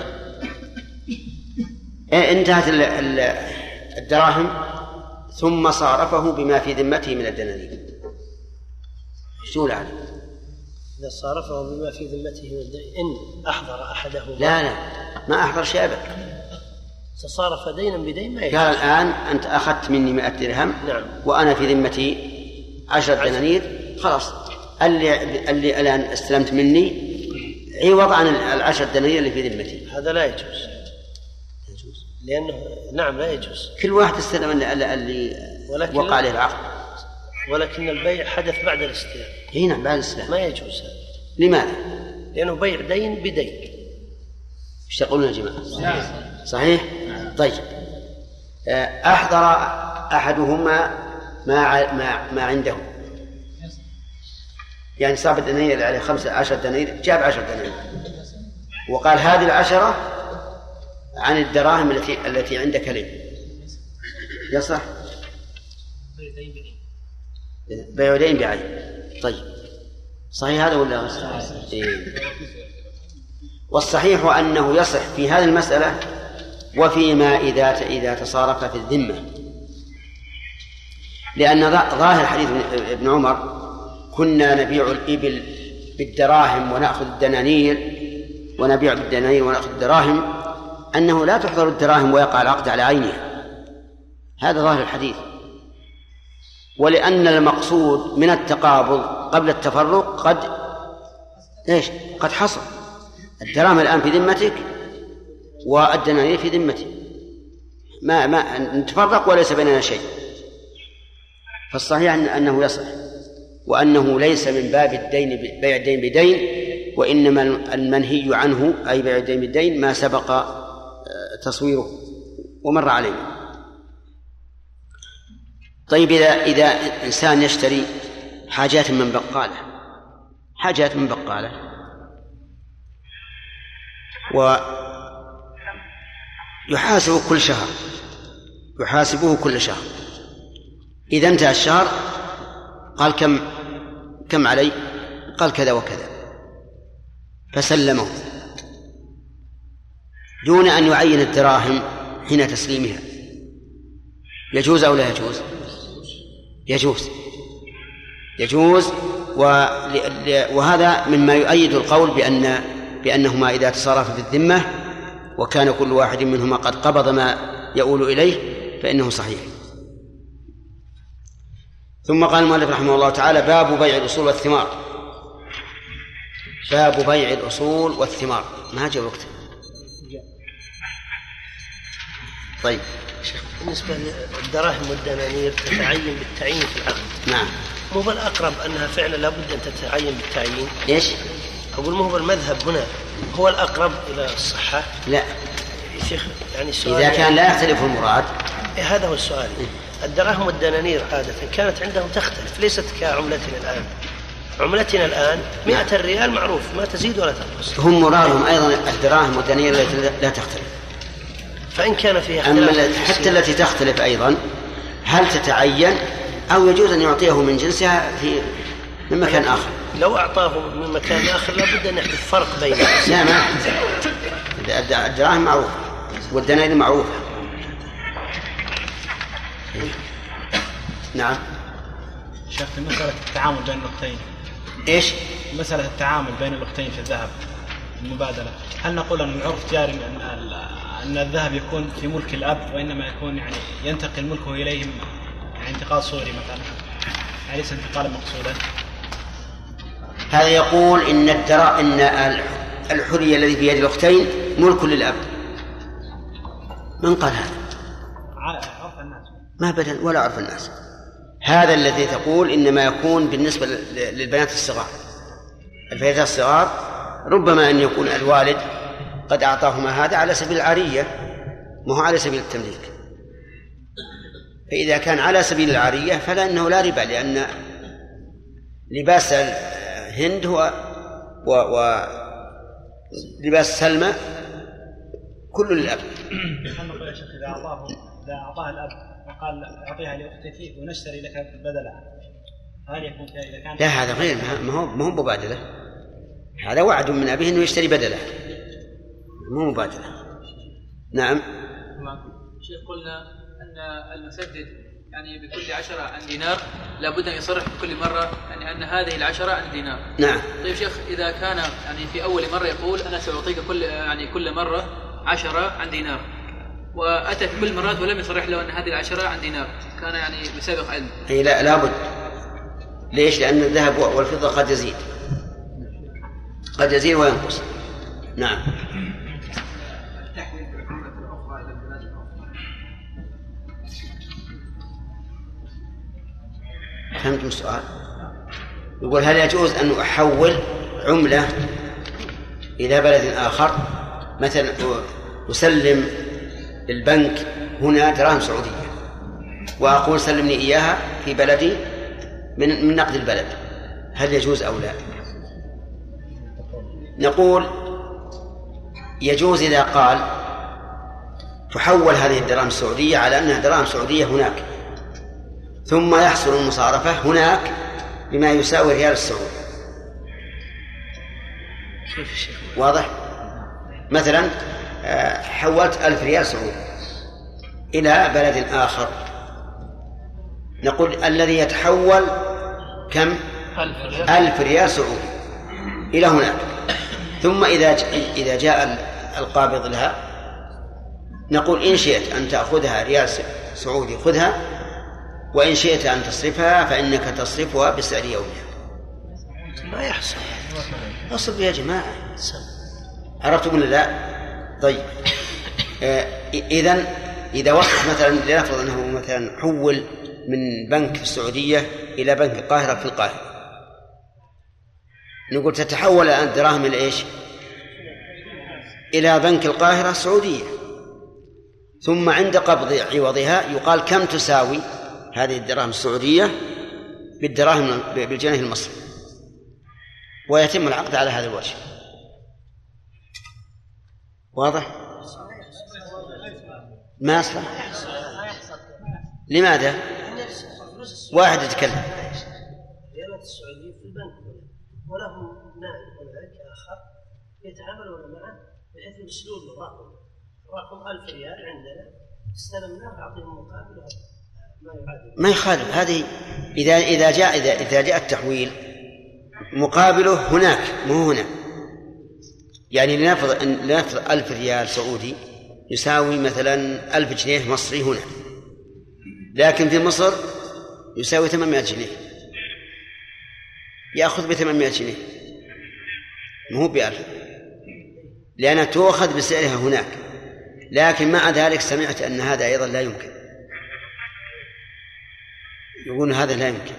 انتهت الدراهم ثم صارفه بما في ذمته من الدنانير، شو عليه؟ إذا صارفه بما في ذمته من الدين إن أحضر أحدهما. لا لا ما أحضر شيء أبدا، تصارف دينا بدين ما يجوز. قال الآن أنت أخذت مني مئة درهم، نعم، وأنا في ذمتي عشر دنانير، خلاص اللي اللي الآن استلمت مني عوض عن العشر دنانير اللي في ذمتي. هذا لا يجوز. يجوز لأنه نعم لا يجوز، كل واحد استلم اللي, اللي وقع عليه العقد، ولكن البيع حدث بعد الاستلام. هنا بعد الاستلام ما يجوز هذا. لماذا؟ لأنه بيع دين بدين. ايش تقولون يا جماعة؟ صحيح؟ طيب أحضر أحدهما ما ما ما عنده، يعني صاحب الدنانير عليه خمسة عشر دنانير جاب عشر دنانير وقال هذه العشرة عن الدراهم التي التي عندك لي، يصح؟ بيع دين بعين. طيب صحيح هذا ولا غير صحيح؟ إيه. والصحيح أنه يصح في هذه المسألة وفيما إذا إذا تصارف في الذمة، لأن ظاهر حديث ابن عمر كنا نبيع الإبل بالدراهم ونأخذ الدنانير، ونبيع بالدنانير ونأخذ الدراهم، أنه لا تحضر الدراهم ويقع العقد على عينها، هذا ظاهر الحديث. ولأن المقصود من التقابض قبل التفرق قد إيش؟ قد حصل. الدراهم الآن في ذمتك والدنانير في ذمتك، ما ما نتفرق وليس بيننا شيء. فالصحيح أنه يصح، وأنه ليس من باب الدين بيع الدين بدين، وإنما المنهي عنه أي بيع الدين بالدين ما سبق تصويره ومر عليه. طيب إذا إذا إنسان يشتري حاجات من بقالة حاجات من بقالة ويحاسبه كل شهر يحاسبه كل شهر إذا انتهى الشهر قال كم كم علي؟ قال كذا وكذا، فسلمه دون أن يعين الدراهم حين تسليمها، يجوز أو لا يجوز؟ يجوز يجوز وهذا مما يؤيد القول بأن بأنهما إذا تصرفا في الذمة وكان كل واحد منهما قد قبض ما يؤول إليه فإنه صحيح. ثم قال المؤلف رحمه الله تعالى: باب بيع الأصول والثمار. باب بيع الأصول والثمار. ما جاء وقت. طيب بالنسبة للدراهم والدنانير تتعين بالتعيين في العقد. نعم. مو بالأقرب أنها فعلا لابد أن تتعين بالتعيين؟ إيش؟ أقول مو بالمذهب هنا هو الأقرب إلى الصحة؟ لا يا شيخ يعني السؤال إذا كان لا يختلف المراد. إيه هذا هو السؤال. الدراهم والدنانير عادة كانت عندهم تختلف، ليست كعملتنا الآن. عملتنا الآن مئة الريال معروف ما تزيد ولا تنقص. هم مرادهم أيضا الدراهم والدنانير لا تختلف. فإن كان فيها أما حتى التي تختلف أيضا هل تتعين أو يجوز أن يعطيه من جنسها في من مكان آخر؟ لو أعطاه من مكان آخر لابد أن يحدث فرق بينهم. لا ما الدراهم معروفة والدنانير معروفة. نعم. شيخ في مسألة التعامل بين الأختين. إيش؟ مسألة التعامل بين الأختين في الذهب المبادلة، هل نقول أن العرف جاري أن أن الذهب يكون في ملك الأب وإنما يكون يعني ينتقل ملكه إليهم يعني انتقال صوري مثلا، يعني ليس انتقالا مقصودا؟ هذا يقول إن الدراء إن الحرية الذي في يد الأختين ملك للأب. من قال هذا؟ عرف الناس. ما بدل ولا عرف الناس. هذا الذي تقول إنما يكون بالنسبة للبنات الصغار. الفتيات الصغار ربما أن يكون الوالد قد أعطاهما هذا على سبيل العارية ما هو على سبيل التمليك. فإذا كان على سبيل العارية فلا إنه لا ربا، لأن لباس هند هو ولباس سلمى كل للأب. نقول يا شيخ إذا أعطاه إذا أعطاه الأب وقال أعطيها لأختك ونشتري لك بدلها، هل يكون إذا كان؟ لا هذا غير، ما هو ما هو مبادلة، هذا وعد من أبيه إنه يشتري بدله، مو مبادلة. نعم. شيخ قلنا أن المسدد يعني بكل عشرة عن دينار لابد أن يصرح بكل مرة يعني أن هذه العشرة عن دينار. نعم. طيب شيخ إذا كان يعني في أول مرة يقول أنا سأعطيك كل يعني كل مرة عشرة عن دينار، وأتى في كل مرات ولم يصرح له أن هذه العشرة عن دينار، كان يعني بسابق علم. أي لا لابد. ليش؟ لأن الذهب والفضة قد يزيد قد يزيد وينقص. نعم. فهمتم السؤال؟ يقول هل يجوز أن أحول عملة إلى بلد آخر، مثلا أسلم للبنك هنا دراهم سعودية وأقول سلمني إياها في بلدي من نقد البلد، هل يجوز أو لا؟ نقول يجوز إذا قال تحول هذه الدراهم السعودية على أنها دراهم سعودية هناك، ثم يحصل المصارفة هناك بما يساوي ريال السعودي. واضح؟ مثلا حولت ألف ريال سعودي إلى بلد آخر، نقول الذي يتحول كم؟ ألف ريال سعودي إلى هناك، ثم إذا إذا جاء القابض لها نقول إن شئت أن تأخذها ريال سعودي خذها، وإن شئت أن تصرفها فإنك تصرفها بسعر يومها. ما يحصل. أصرف يا جماعة، عرفتم ولا لا؟ طيب إذن إذا وقف مثلا، لنفرض أنه مثلا حول من بنك في السعودية إلى بنك القاهرة في القاهرة، نقول تتحول الآن الدراهم إلى إيش؟ إلى بنك القاهرة السعودية، ثم عند قبض عوضها يقال كم تساوي هذه الدراهم السعودية بالدراهم بالجنيه المصري، ويتم العقد على هذا الوجه. واضح؟ ما يصلح. لماذا؟ واحد يتكلم. الريالات السعودية في البنك وله نائب هناك آخر يتعاملون معه بحيث يرسلون له رقم رقم ألف ريال عندنا استلمناه أعطيهم مقابل ما يعادل. ما يخالف هذه إذا إذا جاء إذا إذا جاء التحويل مقابله هناك مو هنا. يعني لنفرض لنفرض ألف ريال سعودي يساوي مثلا ألف جنيه مصري هنا، لكن في مصر يساوي ثمانمائة جنيه، يأخذ بثمانمائة جنيه مو بألف، لأنها تؤخذ بسعرها هناك. لكن مع ذلك سمعت أن هذا أيضا لا يمكن، يقول هذا لا يمكن.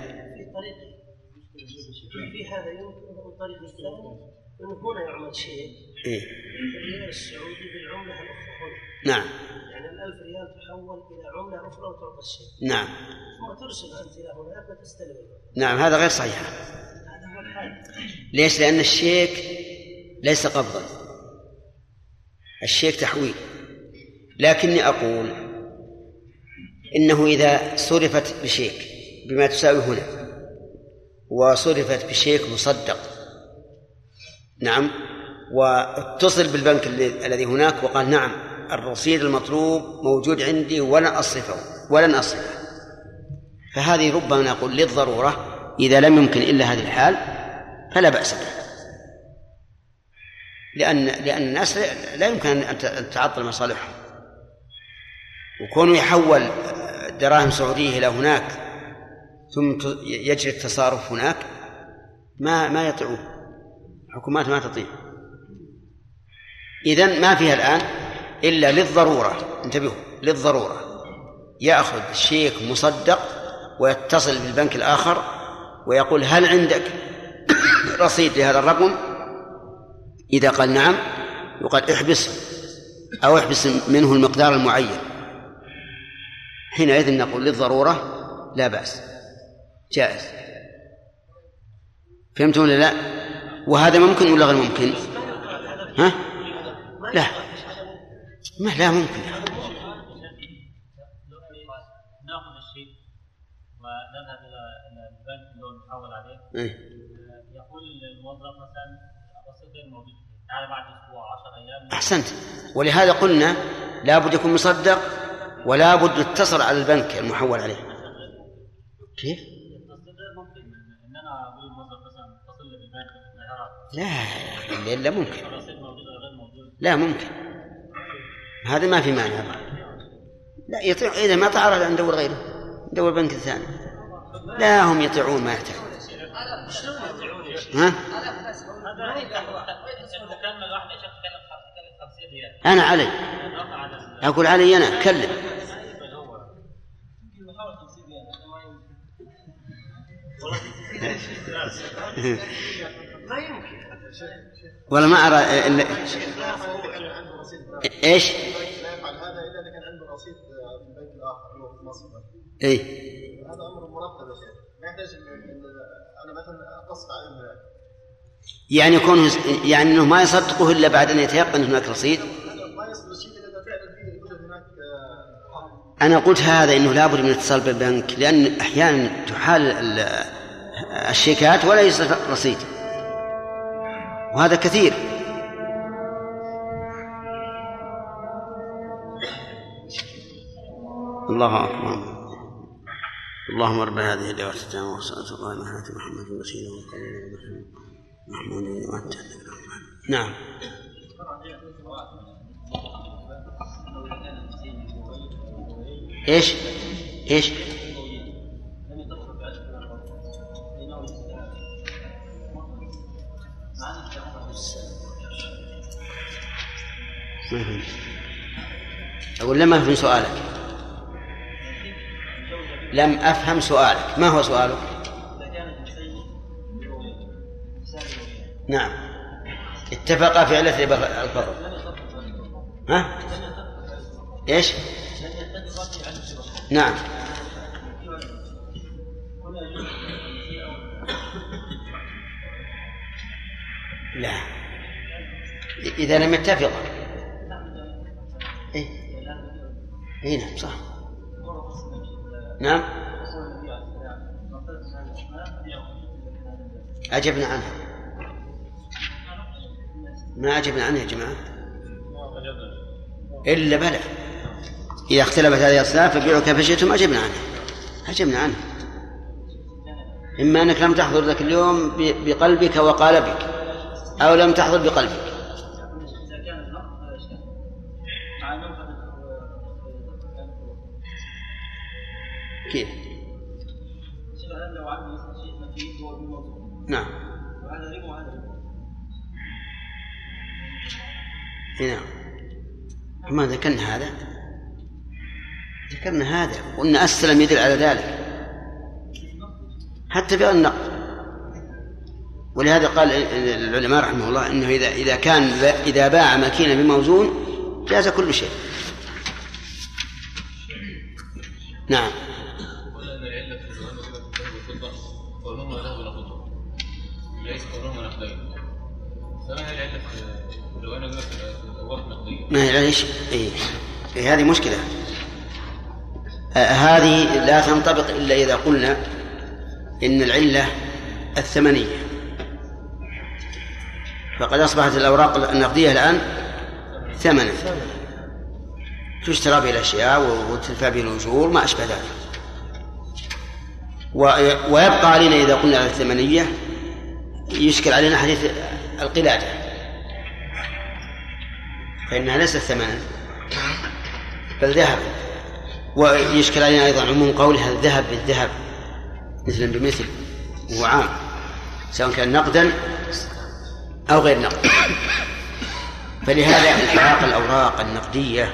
في هذا يمكن الطريق الثاني أنه هنا يعمل شيء إيه؟ الريال السعودي بالعملة الأخرى هنا. نعم. يعني الألف ريال تحول إلى عملة أخرى وتعطى الشيء. نعم. ثم ترسل أنت إلى هناك وتستلم. نعم هذا غير صحيح. هذا هو الحال. ليش؟ لأن الشيك ليس قبضا، الشيك تحويل. لكني أقول إنه إذا صرفت بشيك بما تساوي هنا وصرفت بشيك مصدق، نعم، واتصل بالبنك الذي هناك وقال نعم الرصيد المطلوب موجود عندي ولن أصرفه ولن أصرفه، فهذه ربما نقول للضرورة إذا لم يمكن إلا هذه الحال فلا بأس به، لأن لأن الناس لا يمكن أن تعطل مصالحهم، وكونه يحول دراهم سعودية إلى هناك ثم يجري التصارف هناك ما ما يطيعون، الحكومات ما تطيع. إذن ما فيها الآن إلا للضرورة، انتبهوا للضرورة، يأخذ شيك مصدق ويتصل بالبنك الآخر ويقول هل عندك رصيد لهذا الرقم؟ إذا قال نعم يقال احبس أو احبس منه المقدار المعين، حينئذ نقول للضرورة لا بأس جائز. فهمتم ولا لا؟ وهذا ممكن ولا غير ممكن؟ ها؟ لا ما لا ممكن. ناخذ الشيء ونذهب الى البنك اللي نحول عليه، يقول الموظف مثلا الرصيد غير موجود، تعال بعد اسبوع عشرة ايام. احسنت، ولهذا قلنا لا بد يكون مصدق ولا بد يتصل على البنك المحول عليه. كيف؟ ممكن ان انا اقول الموظف مثلا اتصل بالبنك لا لا ممكن، لا ممكن، هذا ما في مانع. لا يطيع، إذا ما تعرض ندور غيره، ندور بنك ثاني. لا هم يطيعون ما يحتاج. ها؟ أنا علي أقول علي أنا كلم. ولا ما أرى إلا إيش؟ لا يفعل هذا إلا إذا كان عنده رصيد في البنك الآخر في مصر. إيه. هذا أمر مرتب يا شيخ، ما يحتاج أنا مثلا أتصل عليه هناك. يعني يكون يعني إنه ما يصدقه إلا بعد أن يتيقن هناك رصيد. ما يصدق الشيء إذا فعلا فيه يوجد هناك. أنا قلت هذا إنه لابد من الاتصال بالبنك، لأن أحيانا تحال الشيكات ولا يصرف رصيد، وهذا كثير. الله أكبر. اللهم رب هذه الدعوة التامة والصلاة والسلام على محمد وسيله محمود وأنت. نعم. إيش إيش أقول لم أفهم سؤالك لم أفهم سؤالك ما هو سؤالك؟ نعم اتفقا في علة الفضل. ها؟ إيش؟ نعم لا إذا لم يتفقا إيه إيه نعم صح نعم أجبنا عنها ما أجبنا عنها يا جماعة إلا بلى إذا اختلفت هذه الأصناف فبيعوا كيف شئتم أجبنا عنها أجبنا عنها إما أنك لم تحضر ذاك اليوم بقلبك وقالبك أو لم تحضر بقلبك. كيف؟ نعم هنا ما ذكرنا هذا ذكرنا هذا وقلنا السلم يدل على ذلك حتى في النقد. ولهذا قال العلماء رحمه الله إنه إذا إذا كان إذا باع ماكينة بموزون جاز كل شيء. نعم ما هي ليش إيه؟ إيه هذه مشكلة. آه هذه لا تنطبق إلا إذا قلنا إن العلة الثمنية فقد أصبحت الأوراق النقدية الآن ثمنا تشترى به الأشياء وتدفع به الأجور ما أشبه ذلك. ويبقى علينا إذا قلنا على الثمنية يشكل علينا حديث القلادة فإنها ليست ثمنا بل ذهب. ويشكل علينا أيضا عموم قولها الذهب بالذهب مثلا بمثل وهو عام سواء كان نقدا أو غير نقد. فلهذا الحاق الأوراق النقدية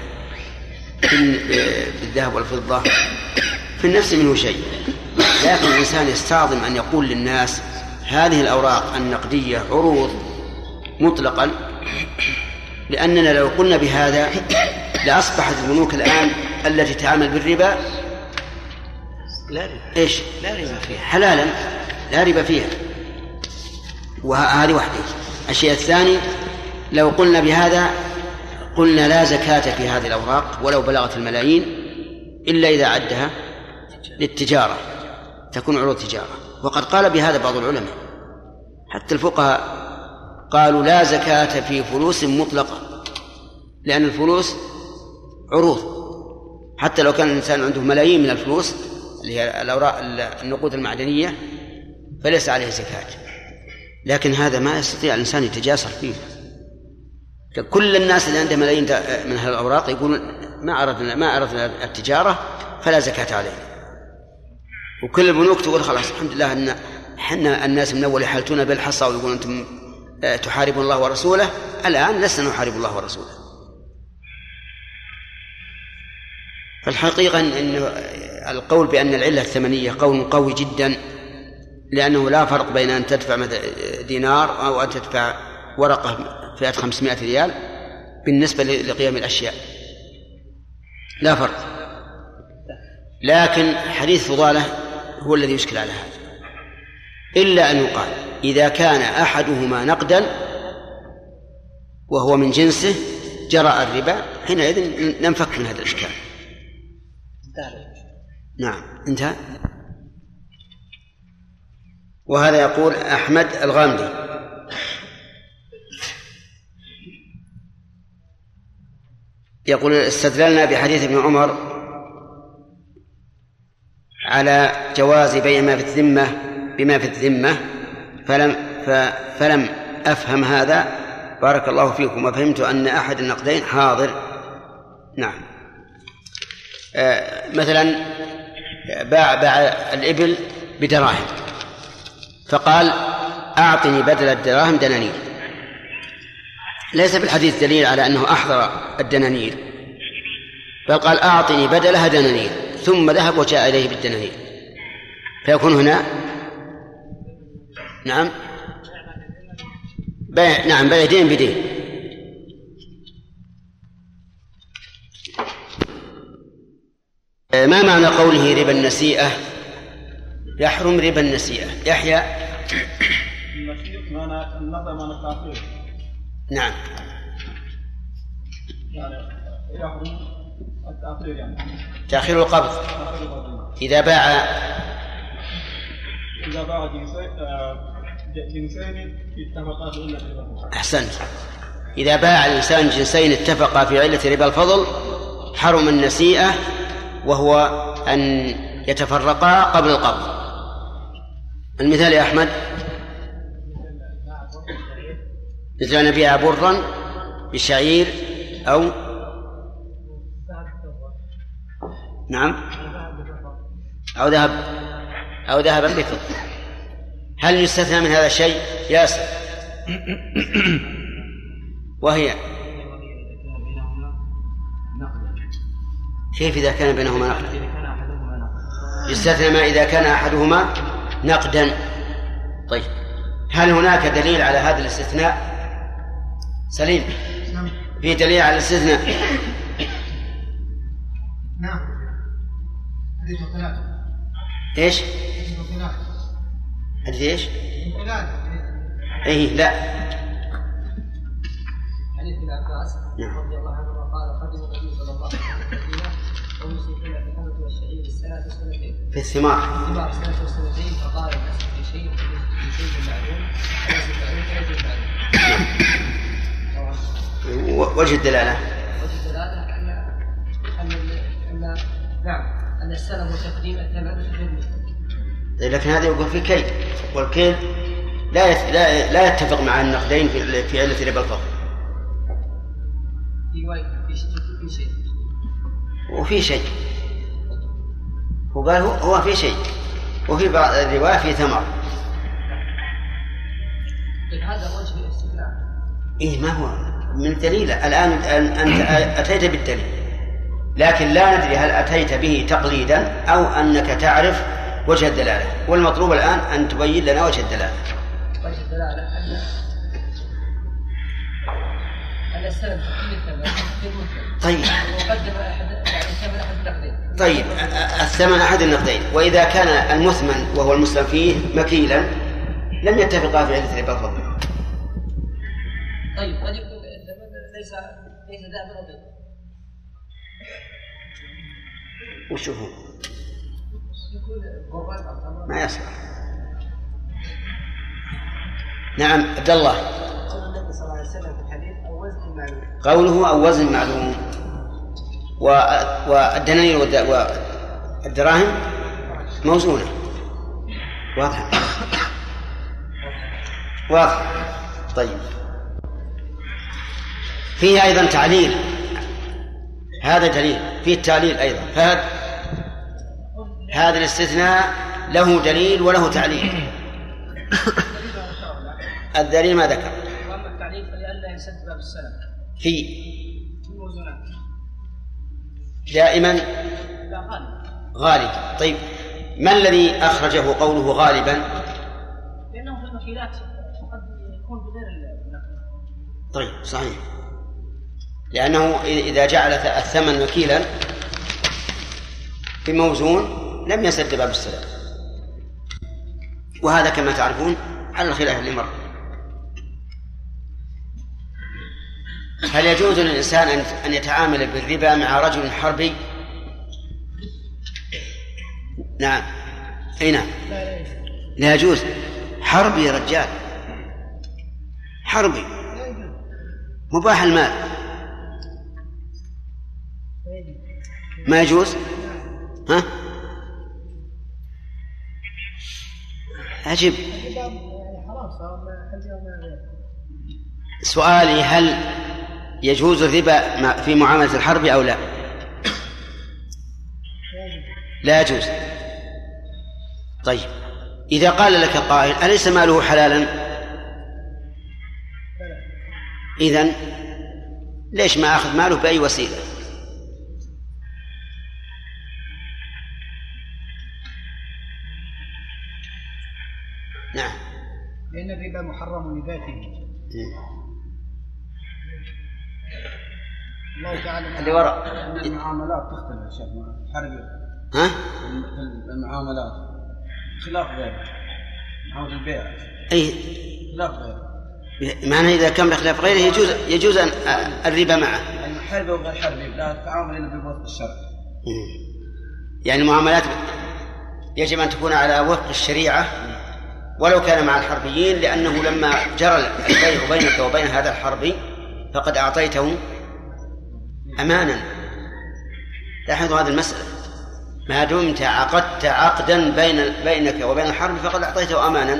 بالذهب والفضة في النفس منه شيء لكن الإنسان يستعظم أن يقول للناس هذه الأوراق النقدية عروض مطلقا لأننا لو قلنا بهذا لأصبحت البنوك الآن التي تعامل بالربا لا ربا. إيش لا ربا فيها حلالا لا ربا فيها. وهذه واحدة. الشيء الثاني لو قلنا بهذا قلنا لا زكاة في هذه الأوراق ولو بلغت الملايين إلا إذا عدها للتجارة تكون عروض تجارة. وقد قال بهذا بعض العلماء حتى الفقهاء قالوا لا زكاة في فلوس مطلقة لأن الفلوس عروض حتى لو كان الإنسان عنده ملايين من الفلوس اللي هي الأوراق النقود المعدنية فليس عليه زكاة. لكن هذا ما يستطيع الإنسان يتجاسر فيه. كل الناس اللي عندهم ملايين من هذه الأوراق يقولون ما أردنا ما أردنا التجارة فلا زكاة عليه. وكل البنوك تقول خلاص الحمد لله أن حنا الناس من أول يحالتون بالحصى ويقولون أنتم تحاربون الله ورسوله الآن لسنا نحارب الله ورسوله. فالحقيقة أن القول بأن العلة الثمنية قول قوي جدا لأنه لا فرق بين أن تدفع دينار أو أن تدفع ورقة فئة خمسمائة ريال بالنسبة لقيام الأشياء لا فرق. لكن حديث فضالة هو الذي يشكل على هذا إلا أن يقال إذا كان أحدهما نقدا وهو من جنسه جرى الربا حينئذ ننفك من هذا الإشكال. نعم انتهى. وهذا يقول أحمد الغامدي يقول استدللنا بحديث ابن عمر على جواز بيع ما في الذمة بما في الذمة فلم, فلم أفهم هذا بارك الله فيكم وفهمت أن أحد النقدين حاضر. نعم آه مثلا باع باع الإبل بدراهم فقال أعطني بدل الدراهم دنانير، ليس في الحديث دليل على أنه أحضر الدنانير، بل قال أعطني بدلها دنانير، ثم ذهب وجاء إليه بالدنانير، فيكون هنا نعم بيع، نعم بيع دين بدين. ما معنى قوله ربا النسيئة؟ يحرم ربا النسيئة. يحيى نعم يحرم التأخير يعني تأخير القبض إذا باع إذا باع جنسين اتفقا في علة ربا الفضل. أحسنت، إذا باع الإنسان جنسين اتفقا في علة ربا الفضل حرم النسيئة، وهو أن يتفرقا قبل القبض. المثال يا أحمد مثل أن نبيع برا بشعير أو نعم أو ذهب أو ذهبا بفضة. هل يستثنى من هذا الشيء؟ ياسر وهي كيف إذا كان بينهما نقدا؟ يستثنى ما إذا كان أحدهما نقدا. طيب هل هناك دليل على هذا الاستثناء؟ سليم في دليل على الاستثناء؟ نعم حديث ثلاثة. ايش؟ حديث ايش؟ ايه لا حديث ابن عباس رضي الله عنه قال قدم النبي صلى الله عليه وسلم ومسلمون في الحنطة والشعير السنة والسنتين في الثمار الثمار السنة والسنتين، فقال الناس في شيء في شيء معلوم الناس معلوم كيف معلوم. وجه الدلالة وجه الدلالة أن أن أن نعم أن السلم وتقديم الثمن وتقديم. لكن هذا يقول في كيل، والكيل لا لا لا يتفق مع النقدين في في علة ربا الفضل. في وايد في شيء في شيء وفي شيء وقال هو هو في شيء وفي بعض الرواية في ثمر. هذا وجه الاستثناء. إيه ما هو من الدليل الآن. أنت أتيت بالدليل، لكن لا ندري هل أتيت به تقليدا أو أنك تعرف وجه الدلالة، والمطلوب الآن أن تبين لنا وجه الدلالة. وجه الدلالة أن أن السلم في الثمن في المثل. طيب وقدم أحد يعني الثمن أحد النقدين. طيب الثمن أحد النقدين، وإذا كان المثمن وهو المسلم فيه مكيلا لم يتفقا في علة ربا الفضل. طيب قد يكون الثمن ليس ليس ذهبا وفضة. وشوفوا ما يصلح. نعم عبد الله. قول النبي صلى الله عليه وسلم في الحديث أو وزن معلوم. قوله أو وزن معلوم، والدنانير والدراهم موزونة. واضح واضح. طيب فيه أيضا تعليل، هذا دليل فيه التعليل أيضا، فهذا هذا الاستثناء له دليل وله تعليل. الدليل ما ذكر. وأما التعليل فلئلا ينسد باب السلام في الموزونات دائما لا غالب. غالب. طيب ما الذي أخرجه قوله غالبا؟ لأنه في المكيلات قد يكون بغير النقد. طيب صحيح، لأنه إذا جعل الثمن وكيلا بموزون لم يسد باب السلام، وهذا كما تعرفون على الخلاف اللي مر. هل يجوز للإنسان أن يتعامل بالربا مع رجل حربي؟ نعم أي نعم لا يجوز. حربي يا رجال، حربي مباح المال ما يجوز. ها عجب. سؤالي هل يجوز الربا في معاملة الحرب أو لا؟ لا يجوز. طيب إذا قال لك قائل أليس ماله حلالا؟ إذن ليش ما أخذ ماله بأي وسيلة؟ نعم، لأن الربا محرم لذاته. الله تعالى اللي وراء المعاملات تختلف يا شيخ حربي. ها؟ المعاملات خلاف غيره، معاملة البيع أي خلاف غيره. معنى إذا كان بخلاف غيره يجوز يجوز أن الربا معه. الحربي وغير حربي لا تعامل إلا بوفق الشرع. يعني المعاملات يجب أن تكون على وفق الشريعة ولو كان مع الحربيين، لأنه لما جرى البيع بينك وبين هذا الحربي فقد أعطيته أمانا. لاحظوا هذه المسألة، ما دمت عقدت عقدا بين بينك وبين الحرب فقد أعطيته أمانا،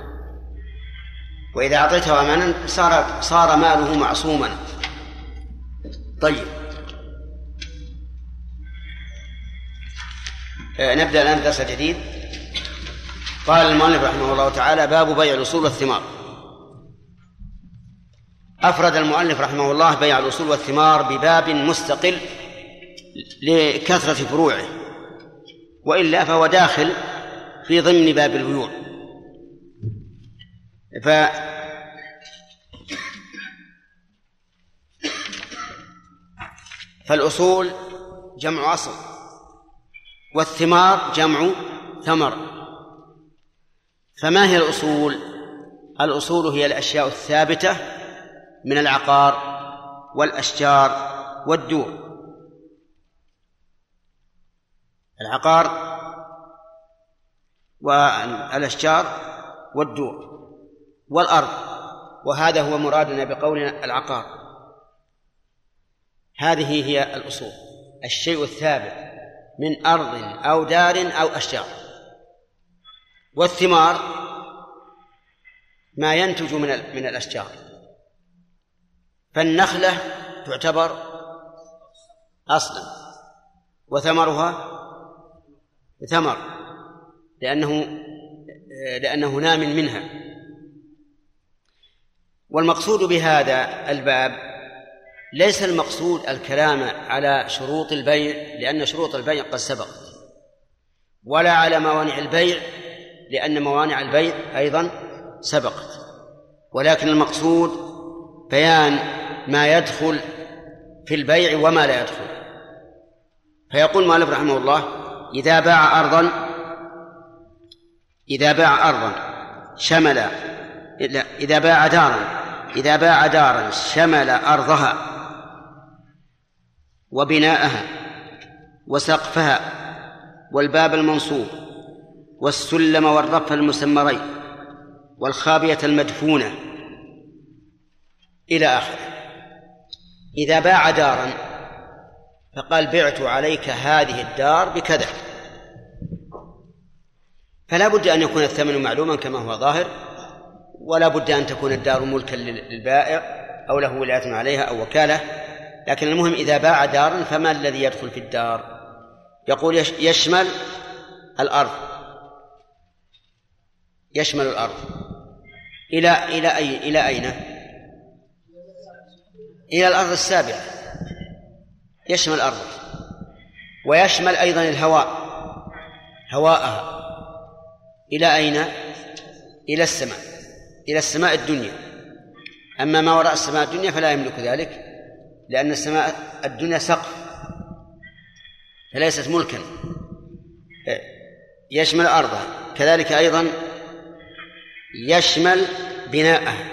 وإذا أعطيته أمانا صار صار ماله معصوما. طيب آه نبدأ الآن درس جديد. قال المؤلف رحمه الله تعالى: باب بيع الأصول والثمار. أفرد المؤلف رحمه الله بيع الأصول والثمار بباب مستقل لكثرة فروعه، وإلا فهو داخل في ضمن باب البيوع. ف فالأصول جمع أصل، والثمار جمع ثمر. فما هي الأصول؟ الأصول هي الأشياء الثابتة من العقار والأشجار والدور. العقار والأشجار والدور والأرض، وهذا هو مرادنا بقولنا العقار. هذه هي الأصول، الشيء الثابت من أرض أو دار أو أشجار. والثمار ما ينتج من من الأشجار، فالنخلة تعتبر أصلا، وثمرها ثمر لأنه لأنه نام منها. والمقصود بهذا الباب ليس المقصود الكلام على شروط البيع، لأن شروط البيع قد سبقت، ولا على موانع البيع، لأن موانع البيع أيضا سبقت، ولكن المقصود بيان ما يدخل في البيع وما لا يدخل. فيقول المؤلف رحمه الله: إذا باع أرضا إذا باع أرضا شمل لا إذا باع دارا إذا باع دارا شمل أرضها وبناءها وسقفها والباب المنصوب والسلم والرف المسمرين والخابية المدفونة إلى آخره. إذا باع دارا فقال: بعت عليك هذه الدار بكذا، فلا بد أن يكون الثمن معلوما كما هو ظاهر، ولا بد أن تكون الدار ملكا للبائع أو له ولاية عليها أو وكالة. لكن المهم إذا باع دارا فما الذي يدخل في الدار؟ يقول يشمل الأرض يشمل الأرض إلى إلى أي إلى أين؟ إلى الأرض السابعة، يشمل الأرض، ويشمل أيضا الهواء هواءها إلى أين؟ إلى السماء إلى السماء الدنيا. أما ما وراء السماء الدنيا فلا يملك ذلك، لأن السماء الدنيا سقف فليست ملكا. يشمل أرضها، كذلك أيضا يشمل بناءها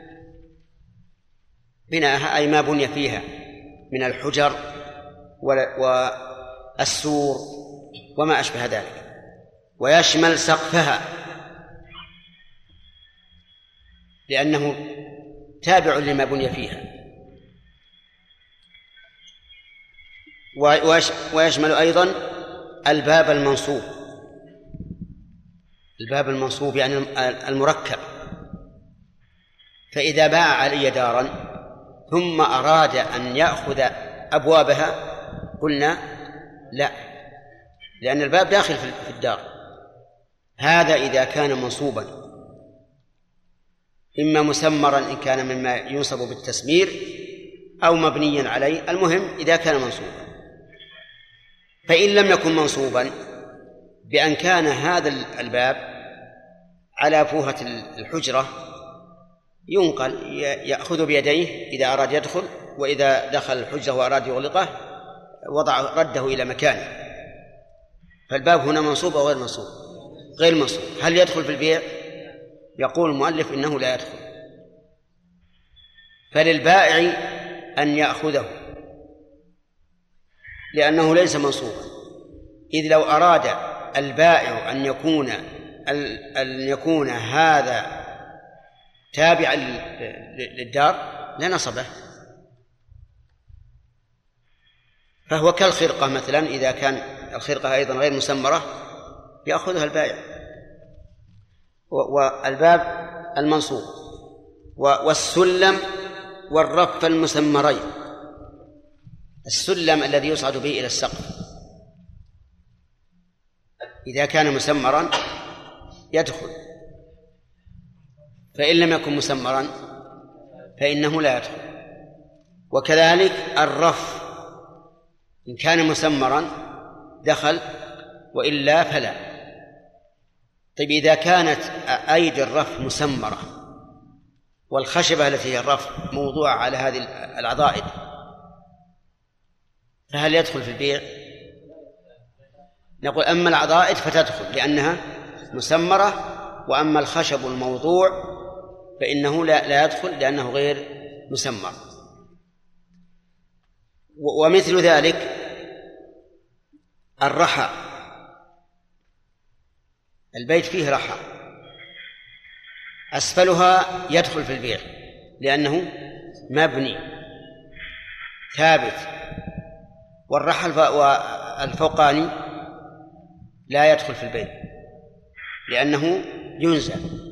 بناءها أي ما بني فيها من الحجر والسور وما أشبه ذلك. ويشمل سقفها لأنه تابع لما بني فيها. ويشمل أيضا الباب المنصوب الباب المنصوب يعني المركب. فإذا باع علي دارا ثم أراد أن يأخذ أبوابها قلنا لا، لأن الباب داخل في الدار. هذا إذا كان منصوبا، إما مسمرا إن كان مما ينصب بالتسمير أو مبنيا عليه، المهم إذا كان منصوبا. فإن لم يكن منصوبا بأن كان هذا الباب على فوهة الحجرة ينقل، يأخذ بيديه إذا أراد يدخل، وإذا دخل الحجرة وأراد يغلقه وضع رده إلى مكانه. فالباب هنا منصوب أو غير منصوب؟ غير منصوب. هل يدخل في البيع؟ يقول المؤلف إنه لا يدخل. فللبائع أن يأخذه لأنه ليس منصوبا، إذ لو أراد البائع أن يكون أن يكون هذا تابعا للدار لنصبه. فهو كالخرقة مثلا، إذا كان الخرقة أيضا غير مسمرة يأخذها البائع. والباب المنصوب والسلم والرف المسمرين. السلم الذي يصعد به إلى السقف إذا كان مسمرا يدخل، فإن لم يكن مسمرا فإنه لا يدخل. وكذلك الرف إن كان مسمرا دخل وإلا فلا. طيب إذا كانت أيدي الرف مسمرة والخشبة التي هي الرف موضوعة على هذه العضائد، فهل يدخل في البيع؟ نقول أما العضائد فتدخل لأنها مسمرة، وأما الخشب الموضوع فإنه لا, لا يدخل لأنه غير مسمر. ومثل ذلك الرحى، البيت فيه رحى أسفلها يدخل في البيع لأنه مبني ثابت، والرحى الفوقاني لا يدخل في البيع لأنه ينزل.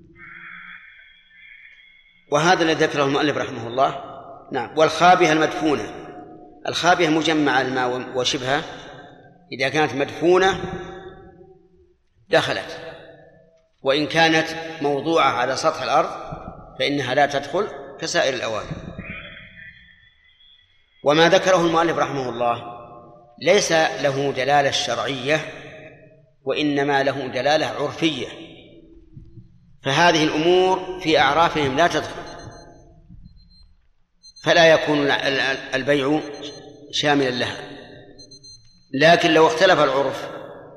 وهذا الذي ذكره المؤلف رحمه الله. نعم. والخابئة المدفونة، الخابئة مجمعة الماء وشبهها إذا كانت مدفونة دخلت، وإن كانت موضوعة على سطح الأرض فإنها لا تدخل كسائر الأواني. وما ذكره المؤلف رحمه الله ليس له دلالة شرعية، وإنما له دلالة عرفية، فهذه الأمور في أعرافهم لا تدخل، فلا يكون البيع شاملا لها. لكن لو اختلف العرف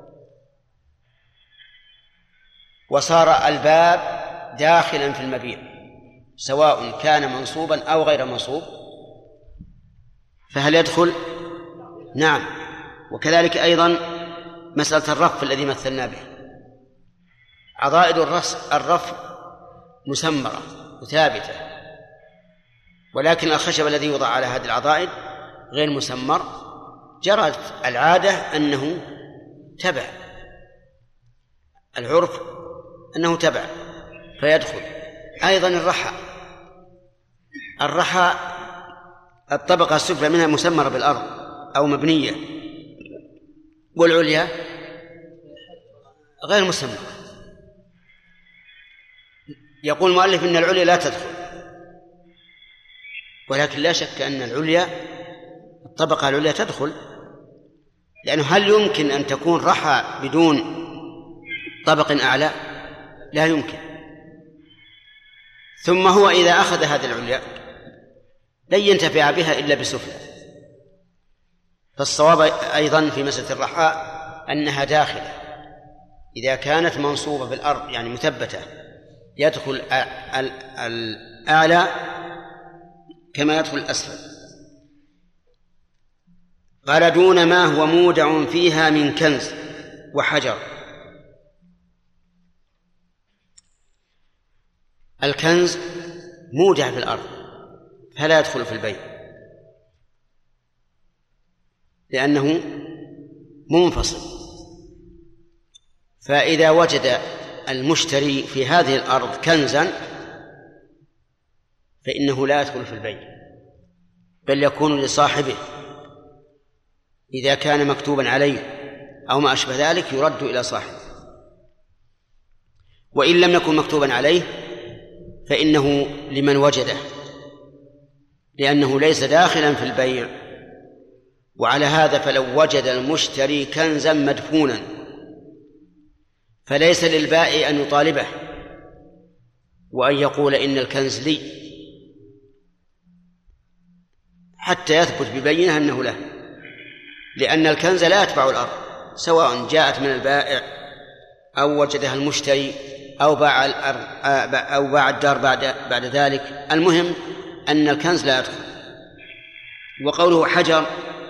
وصار الباب داخلا في المبيع سواء كان منصوبا أو غير منصوب فهل يدخل؟ نعم. وكذلك أيضا مسألة الرف الذي مثلنا به، عضائد الرف مسمرة وثابتة، ولكن الخشب الذي يوضع على هذه العضائد غير مسمر، جرت العادة أنه تبع العرف أنه تبع فيدخل. أيضا الرحى، الرحى الطبقة السفلى منها مسمرة بالأرض أو مبنية، والعليا غير مسمرة. يقول المؤلف إن العليا لا تدخل، ولكن لا شك أن العليا الطبقة العليا تدخل، لأنه هل يمكن أن تكون رحى بدون طبق أعلى؟ لا يمكن. ثم هو إذا أخذ هذه العليا لن ينتفع بها إلا بسفلى. فالصواب أيضا في مسألة الرحى أنها داخلة إذا كانت منصوبة بالأرض يعني مثبتة، يدخل الأعلى كما يدخل الأسفل. قال دون ما هو مودع فيها من كنز وحجر. الكنز مودع في الأرض فلا يدخل في البيع لأنه منفصل. فإذا وجد المشتري في هذه الأرض كنزا فإنه لا يدخل في البيع، بل يكون لصاحبه إذا كان مكتوبا عليه أو ما أشبه ذلك يرد إلى صاحبه. وإن لم يكن مكتوبا عليه فإنه لمن وجده، لأنه ليس داخلا في البيع. وعلى هذا فلو وجد المشتري كنزا مدفونا فليس للبائع أن يطالبه وأن يقول إن الكنز لي حتى يثبت ببينه أنه له، لأن الكنز لا يتبع الأرض، سواء جاءت من البائع أو وجدها المشتري أو باع الأرض أو باع الدار بعد بعد ذلك. المهم أن الكنز لا يدخل. وقوله حجر،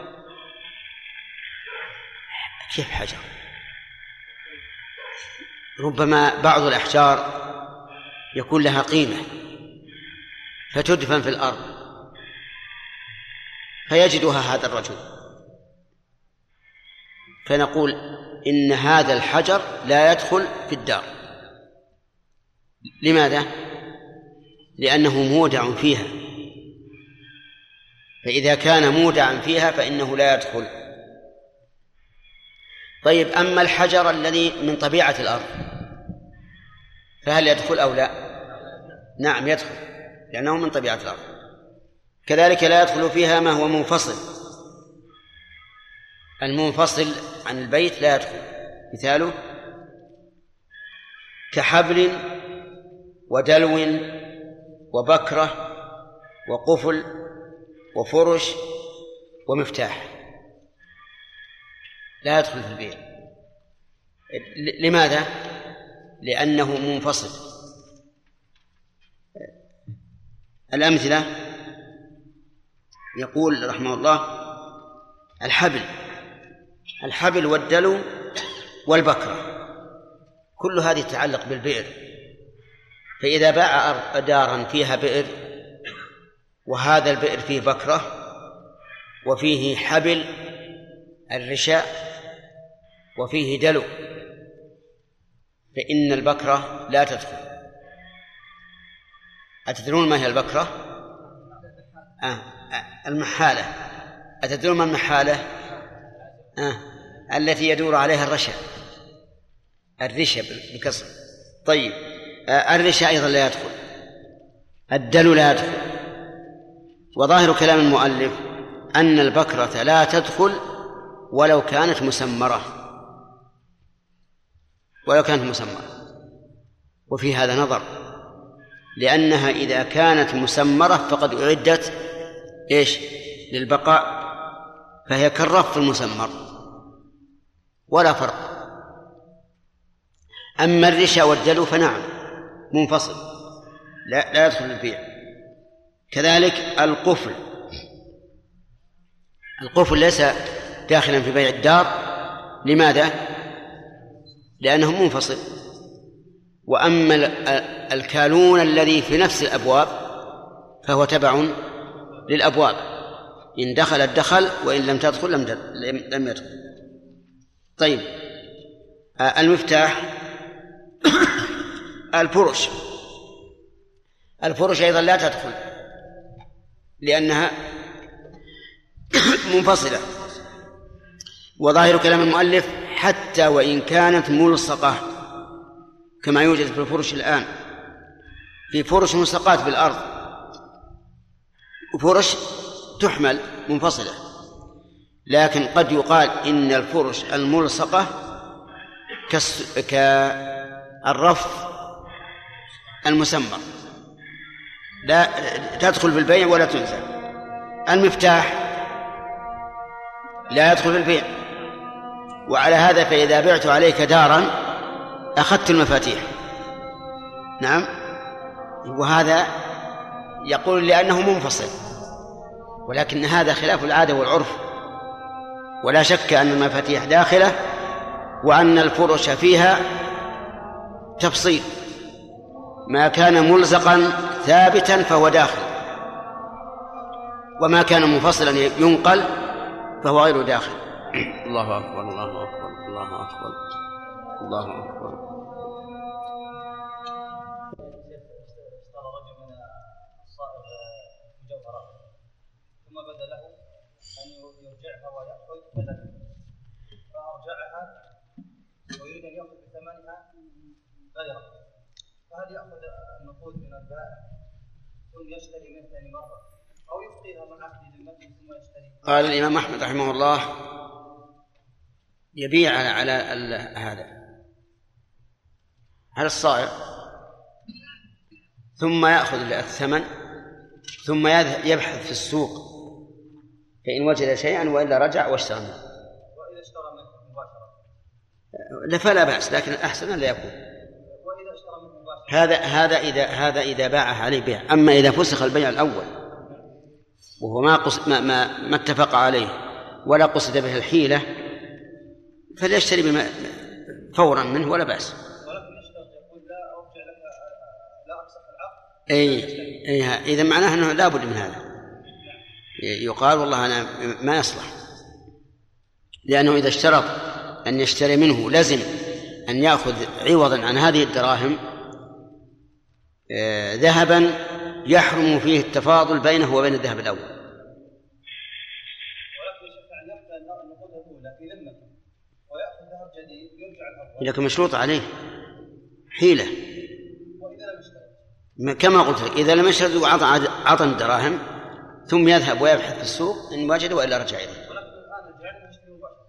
كيف حجر؟ ربما بعض الأحجار يكون لها قيمة فتدفن في الأرض فيجدها هذا الرجل، فنقول إن هذا الحجر لا يدخل في الدار. لماذا؟ لأنه مودع فيها، فإذا كان مودعا فيها فإنه لا يدخل. طيب، أما الحجر الذي من طبيعة الأرض فهل يدخل أو لا؟ نعم يدخل، لأنه من طبيعة الأرض. كذلك لا يدخل فيها ما هو منفصل، المنفصل عن البيت لا يدخل. مثاله كحبل ودلو وبكرة وقفل وفرش ومفتاح لا يدخل في البيت. لماذا؟ لأنه منفصل. الأمثلة يقول رحمه الله الحبل الحبل والدلو والبكرة كل هذه تتعلق بالبئر، فإذا باع دارا فيها بئر وهذا البئر فيه بكرة وفيه حبل الرشاء وفيه دلو فإن البكرة لا تدخل. أتدرون ما هي البكرة؟ آه. المحالة. أتدرون ما المحالة؟ آه. التي يدور عليها الرشا، الرشا بكسر. طيب، آه. الرشا أيضا لا يدخل، الدلو لا يدخل. وظاهر كلام المؤلف أن البكرة لا تدخل ولو كانت مسمرة ولو كانت مسمرة وفي هذا نظر، لأنها إذا كانت مسمرة فقد أعدت إيش للبقاء، فهي كالرف المسمر ولا فرق. أما الرشا والدلو فنعم منفصل لا, لا يدخل البيع. كذلك القفل القفل ليس داخلا في بيع الدار. لماذا؟ لأنه منفصل. وأما الكالون الذي في نفس الأبواب فهو تبع للأبواب، إن دخلت دخل وإن لم تدخل لم يدخل. طيب، المفتاح الفرش الفرش أيضا لا تدخل لأنها منفصلة. وظاهر كلام المؤلف حتى وإن كانت ملصقة كما يوجد في الفرش الآن، في فرش ملصقات بالأرض وفرش تحمل منفصلة، لكن قد يقال إن الفرش الملصقة كالرف المسمر لا تدخل في البيع ولا تنزع. المفتاح لا يدخل في البيع. وعلى هذا فإذا بعت عليك دارا أخذت المفاتيح. نعم، وهذا يقول لأنه منفصل، ولكن هذا خلاف العادة والعرف، ولا شك أن المفاتيح داخلة وأن الفرش فيها تفصيل. ما كان ملزقا ثابتا فهو داخل، وما كان منفصلا ينقل فهو غير داخل. الله أكبر الله أكبر الله أكبر الله أكبر. ثم بدا له أن يرجعها ويأخذ بدلا، فأرجعها ثمنها غيره، فهل يأخذ النقود من البائع ثم يشتري منه ثاني مرة أو يبقيها مع عقد ذمته ثم يشتري؟ قال الإمام أحمد رحمه الله يبيع على, على هذا على الصائغ ثم يأخذ الثمن ثم يبحث في السوق فإن وجد شيئا وإلا رجع واشترى منه. وإذا اشترى منه لا مباشرة فلا بأس، لكن الأحسن أن لا يكون. وإذا اشترى منه مباشرة هذا هذا إذا هذا إذا باعه عليه بيع. أما إذا فسخ البيع الأول وهو ما قص ما ما, ما اتفق عليه ولا قصد به الحيلة فليشتري بما فورا منه ولا بأس. ولكن يشترط يقول لا أرجع لك لا أفسخ العقد. أي أي إذا معناه أنه لا بد من هذا. يقال والله أنا ما يصلح، لأنه إذا اشترط أن يشتري منه لازم أن يأخذ عوضا عن هذه الدراهم ذهبا يحرم فيه التفاضل بينه وبين الذهب الأول. ولكن يشفع أن يبقى النقود الأولى في ذمته ويأخذ ذهب جديد يرجع الأول. لكن مشروط عليه حيلة. وإذا لم يشترط كما قلت لك إذا لم يشترط وعطى عطى الدراهم ثم يذهب ويبحث في السوق إن وجد وإلا رجع إليه. ولكن الآن رجع يشتري مباشرة.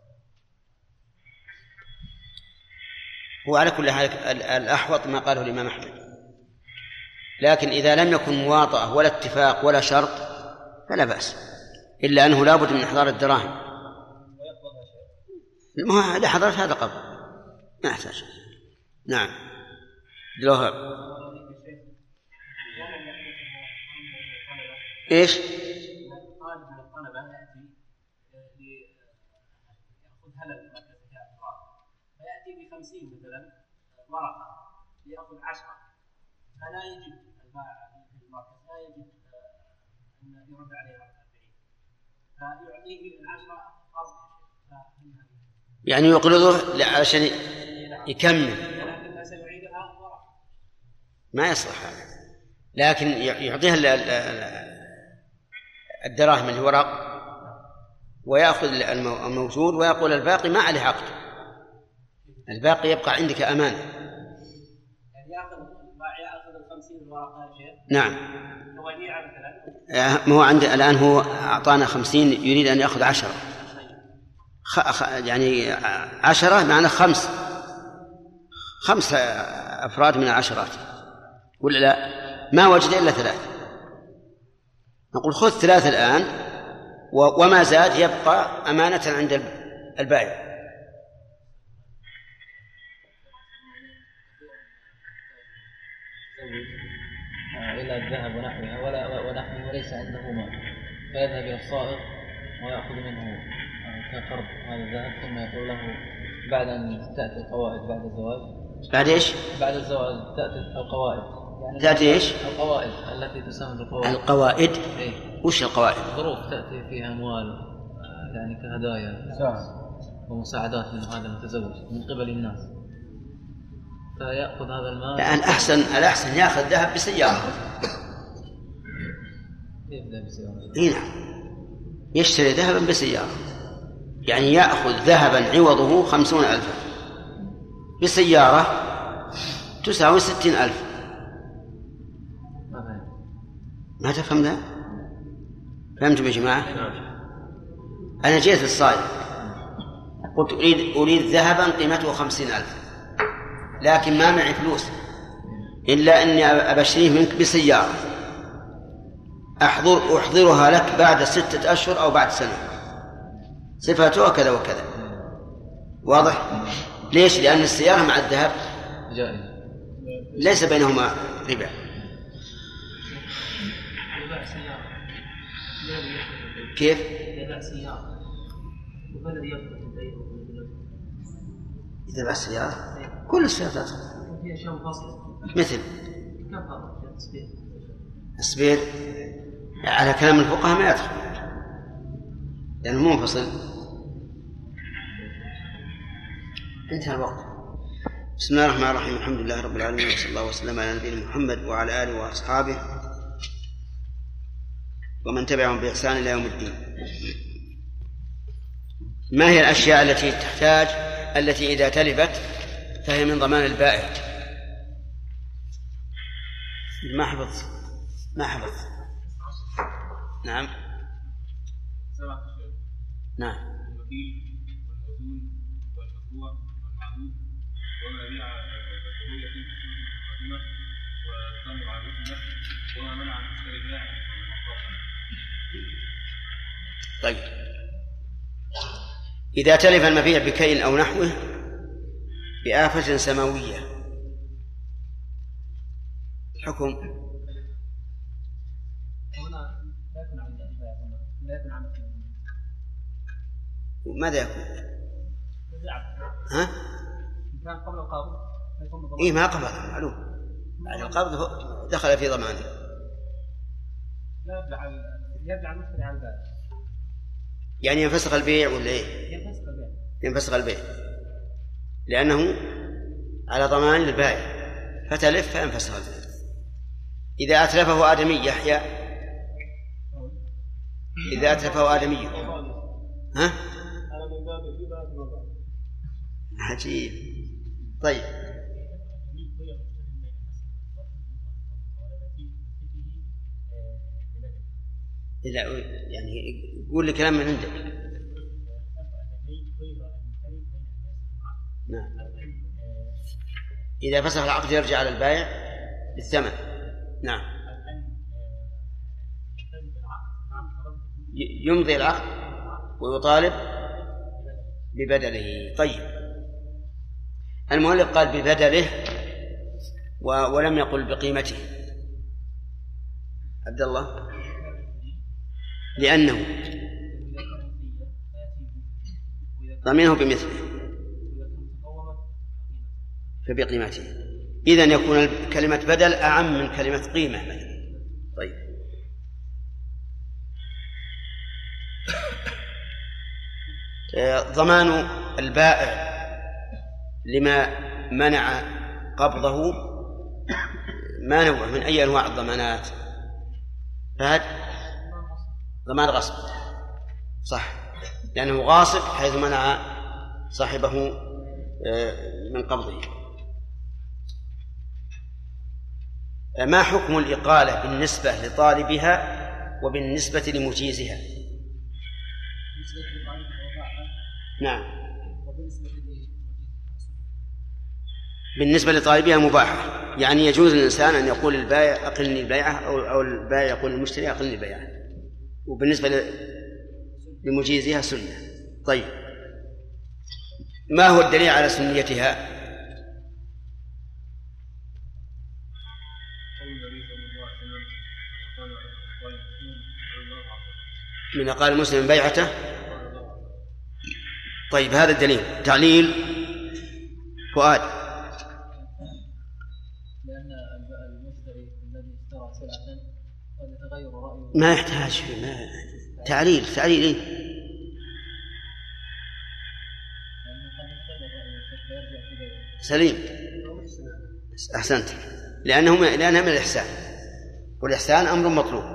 وعلى كل حال الأحوط ما قاله الإمام أحمد، لكن إذا لم يكن مواطأة ولا اتفاق ولا شرط فلا بأس، إلا أنه لا بد من إحضار الدراهم. ما لا حضرت هذا قبل ما يحتاج. نعم جوهر. إيش؟ طالب من الطلبة يأتي يأخذ هلل مركز الدكتوراه فيأتي بخمسين مثلا ورقة ليأخذ عشرة، فلا يجب البائع في المركز لا يجب أن يرد عليه أربعين فيعطيه العشرة قصد يعني يقرضه عشان يكمل، لكن سيعيدها ورقة ما يصلح هذا، لكن يعطيها الدراهم الورق ويأخذ الموجود ويقول الباقي ما عليه عقد، الباقي يبقى عندك أمانة. يعني يأخذ يأخذ الخمسين ورقة يا شيخ. نعم. وديعة مثلا. ما هو عندي الآن هو أعطانا خمسين يريد أن يأخذ عشرة. خ... يعني عشرة معنى خمس خمس أفراد من العشرات ولا لا؟ ما وجد إلا ثلاث، نقول خذ ثلاثة الآن وما زاد يبقى أمانة عند البائع. إلى الذهب ونحوها ولا ونحوه وليس عنده مال فيذهب إلى الصائغ ويأخذ منه كقرض هذا الذهب ثم يقول له بعد أن تأتي القواعد بعد الزواج. بعد إيش؟ بعد الزواج تأتي القواعد. يعني تأتي إيش؟ القواعد التي تسمى بالقواعد. القواعد. إيه؟ وش القواعد؟ ظروف تأتي فيها أموال يعني كهدايا ومساعدات من هذا المتزوج من قبل الناس، فيأخذ هذا المال. لا الأحسن الأحسن يأخذ ذهب بسيارة. كيف ذهب بسيارة؟ هنا يشتري ذهبا بسيارة، يعني يأخذ ذهبا عوضه خمسون ألفا بسيارة تساوي ستين ألف. ما تفهم ذا؟ فهمتم يا جماعة؟ أنا جيت الصائغ قلت أريد أريد ذهبا قيمته خمسين ألف، لكن ما معي فلوس إلا أني أبشريه منك بسيارة أحضر أحضرها لك بعد ستة أشهر أو بعد سنة، صفاتها كذا وكذا. واضح؟ ليش؟ لأن السيارة مع الذهب ليس بينهما ربا. كيف؟ يبيع سيارة والذي يفقد البيع إذا باع السيارة كل السيارات فيها أشياء منفصلة مثل كم فرق السبير؟ السبير على كلام الفقهاء ما يدخل لأنه مو منفصل. انتهى الوقت. بسم الله الرحمن الرحيم، الحمد لله رب العالمين وصلى الله وسلم على نبينا محمد وعلى آله وأصحابه ومن تبعهم بإحسان إلى يوم الدين. ما هي الأشياء التي تحتاج التي إذا تلفت فهي من ضمان البائع. ما حفظت ما حفظت نعم نعم الوكيل والموزون والمشروع والمعروف وما بيع الرؤية في المقدمة والثمر على الاسم وما منع المشتري بيع. طيب إذا تلف المبيع بكيل أو نحوه بآفة سماوية حكم ماذا يكون؟ ها؟ كان قبل القبض إيه ما قبض معلوم بعد القبض دخل في ضمانه. لا يرجع يرجع المشتري على البائع يعني ينفسخ البيع ولا إيه؟ ينفسخ البيع ينفسخ البيع لأنه على ضمان البائع فتلف فينفسخ البيع. إذا أتلفه آدمي يحيى إذا أتلفه آدمي ها؟ عجيب. طيب لا يعني قول لي كلام من عندك. نعم إذا فسخ العقد يرجع على البائع بالثمن. نعم يمضي العقد ويطالب ببدله. طيب المؤلف قال ببدله ولم يقل بقيمته. عبد الله لأنه ضمنه بمثله فبقيمته. إذن يكون كلمة بدل أعم من كلمة قيمة مثلا. طيب ضمان البائع لما منع قبضه ما نوع من أي أنواع الضمانات؟ فهد ضمان غصب صح لأنه غاصب حيث منع صاحبه من قبضه. ما حكم الإقالة بالنسبة لطالبها وبالنسبة لمجيزها؟ نعم بالنسبة لطالبها مباحة يعني يجوز للإنسان أن يقول البائع أقلني البيعة أو البائع يقول المشتري أقلني البيعة. وبالنسبة لمجيزها سنة. طيب ما هو الدليل على سنيتها؟ من قال المسلم بيعته. طيب هذا الدليل. تعليل فؤاد. لأن المشتري الذي اشترى سلعة قد يتغير رأيه ما يحتاج ما تعليل تعليل إيه؟ سليم أحسنت لأنه لأنها من الإحسان والإحسان أمر مطلوب.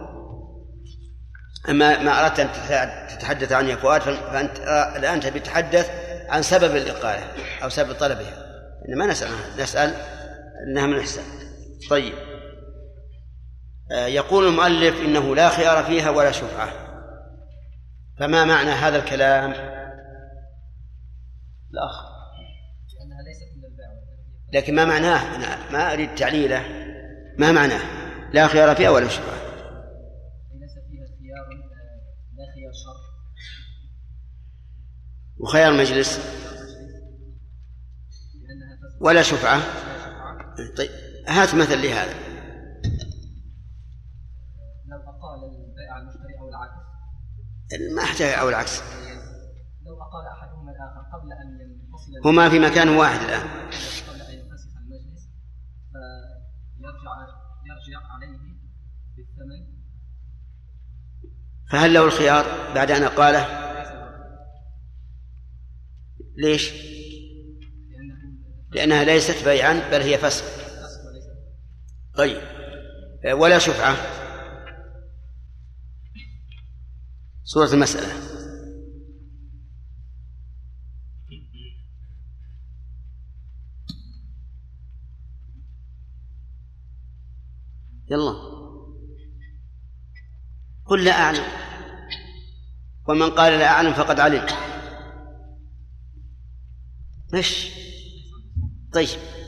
أما ما أردت أن تتحدث عنه يا فؤاد فأنت الآن تبي تتحدث عن سبب الإقالة أو سبب طلبها إنما نسأل نسأل إنها من الإحسان. طيب يقول المؤلف إنه لا خيار فيها ولا شفعة فما معنى هذا الكلام؟ لا لكن ما معناه؟ أنا ما أريد تعليله. ما معناه لا خيار فيها ولا شفعة؟ وخيار مجلس ولا شفعة. طيب هات مثل لهذا. لو أقال البائع المشتري أو العكس ما أحتاج أو العكس لو أقال أحدهما الآخر قبل أن ينفصل هما في مكان واحد الآن قبل أن ينفسخ المجلس فيرجع يرجع عليه بالثمن. فهل له الخيار بعد أن قاله؟ ليش؟ لأنها ليست بيعا بل هي فسخ. طيب ولا شفعة. سورة المسألة. يلا قل لا أعلم، ومن قال لا أعلم فقد علم. مش طيب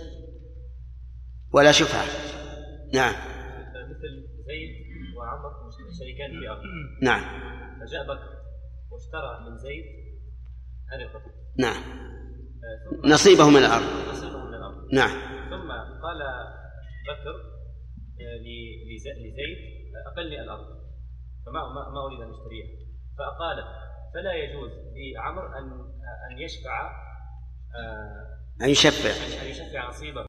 ولا شفعة. نعم. مثل زيد وعمر شريكان في أرض. نعم. فجاء بكر واشترى من زيد هذه القطعة. نعم. نصيبه من الأرض. نصيبه من الأرض. نعم. ثم قال بكر لزيد أقلني الأرض فما ما أريد أن أشتريها، فأقال فلا يجوز لعمر أن أن يشفع أن يشفع أن يشفع نصيبه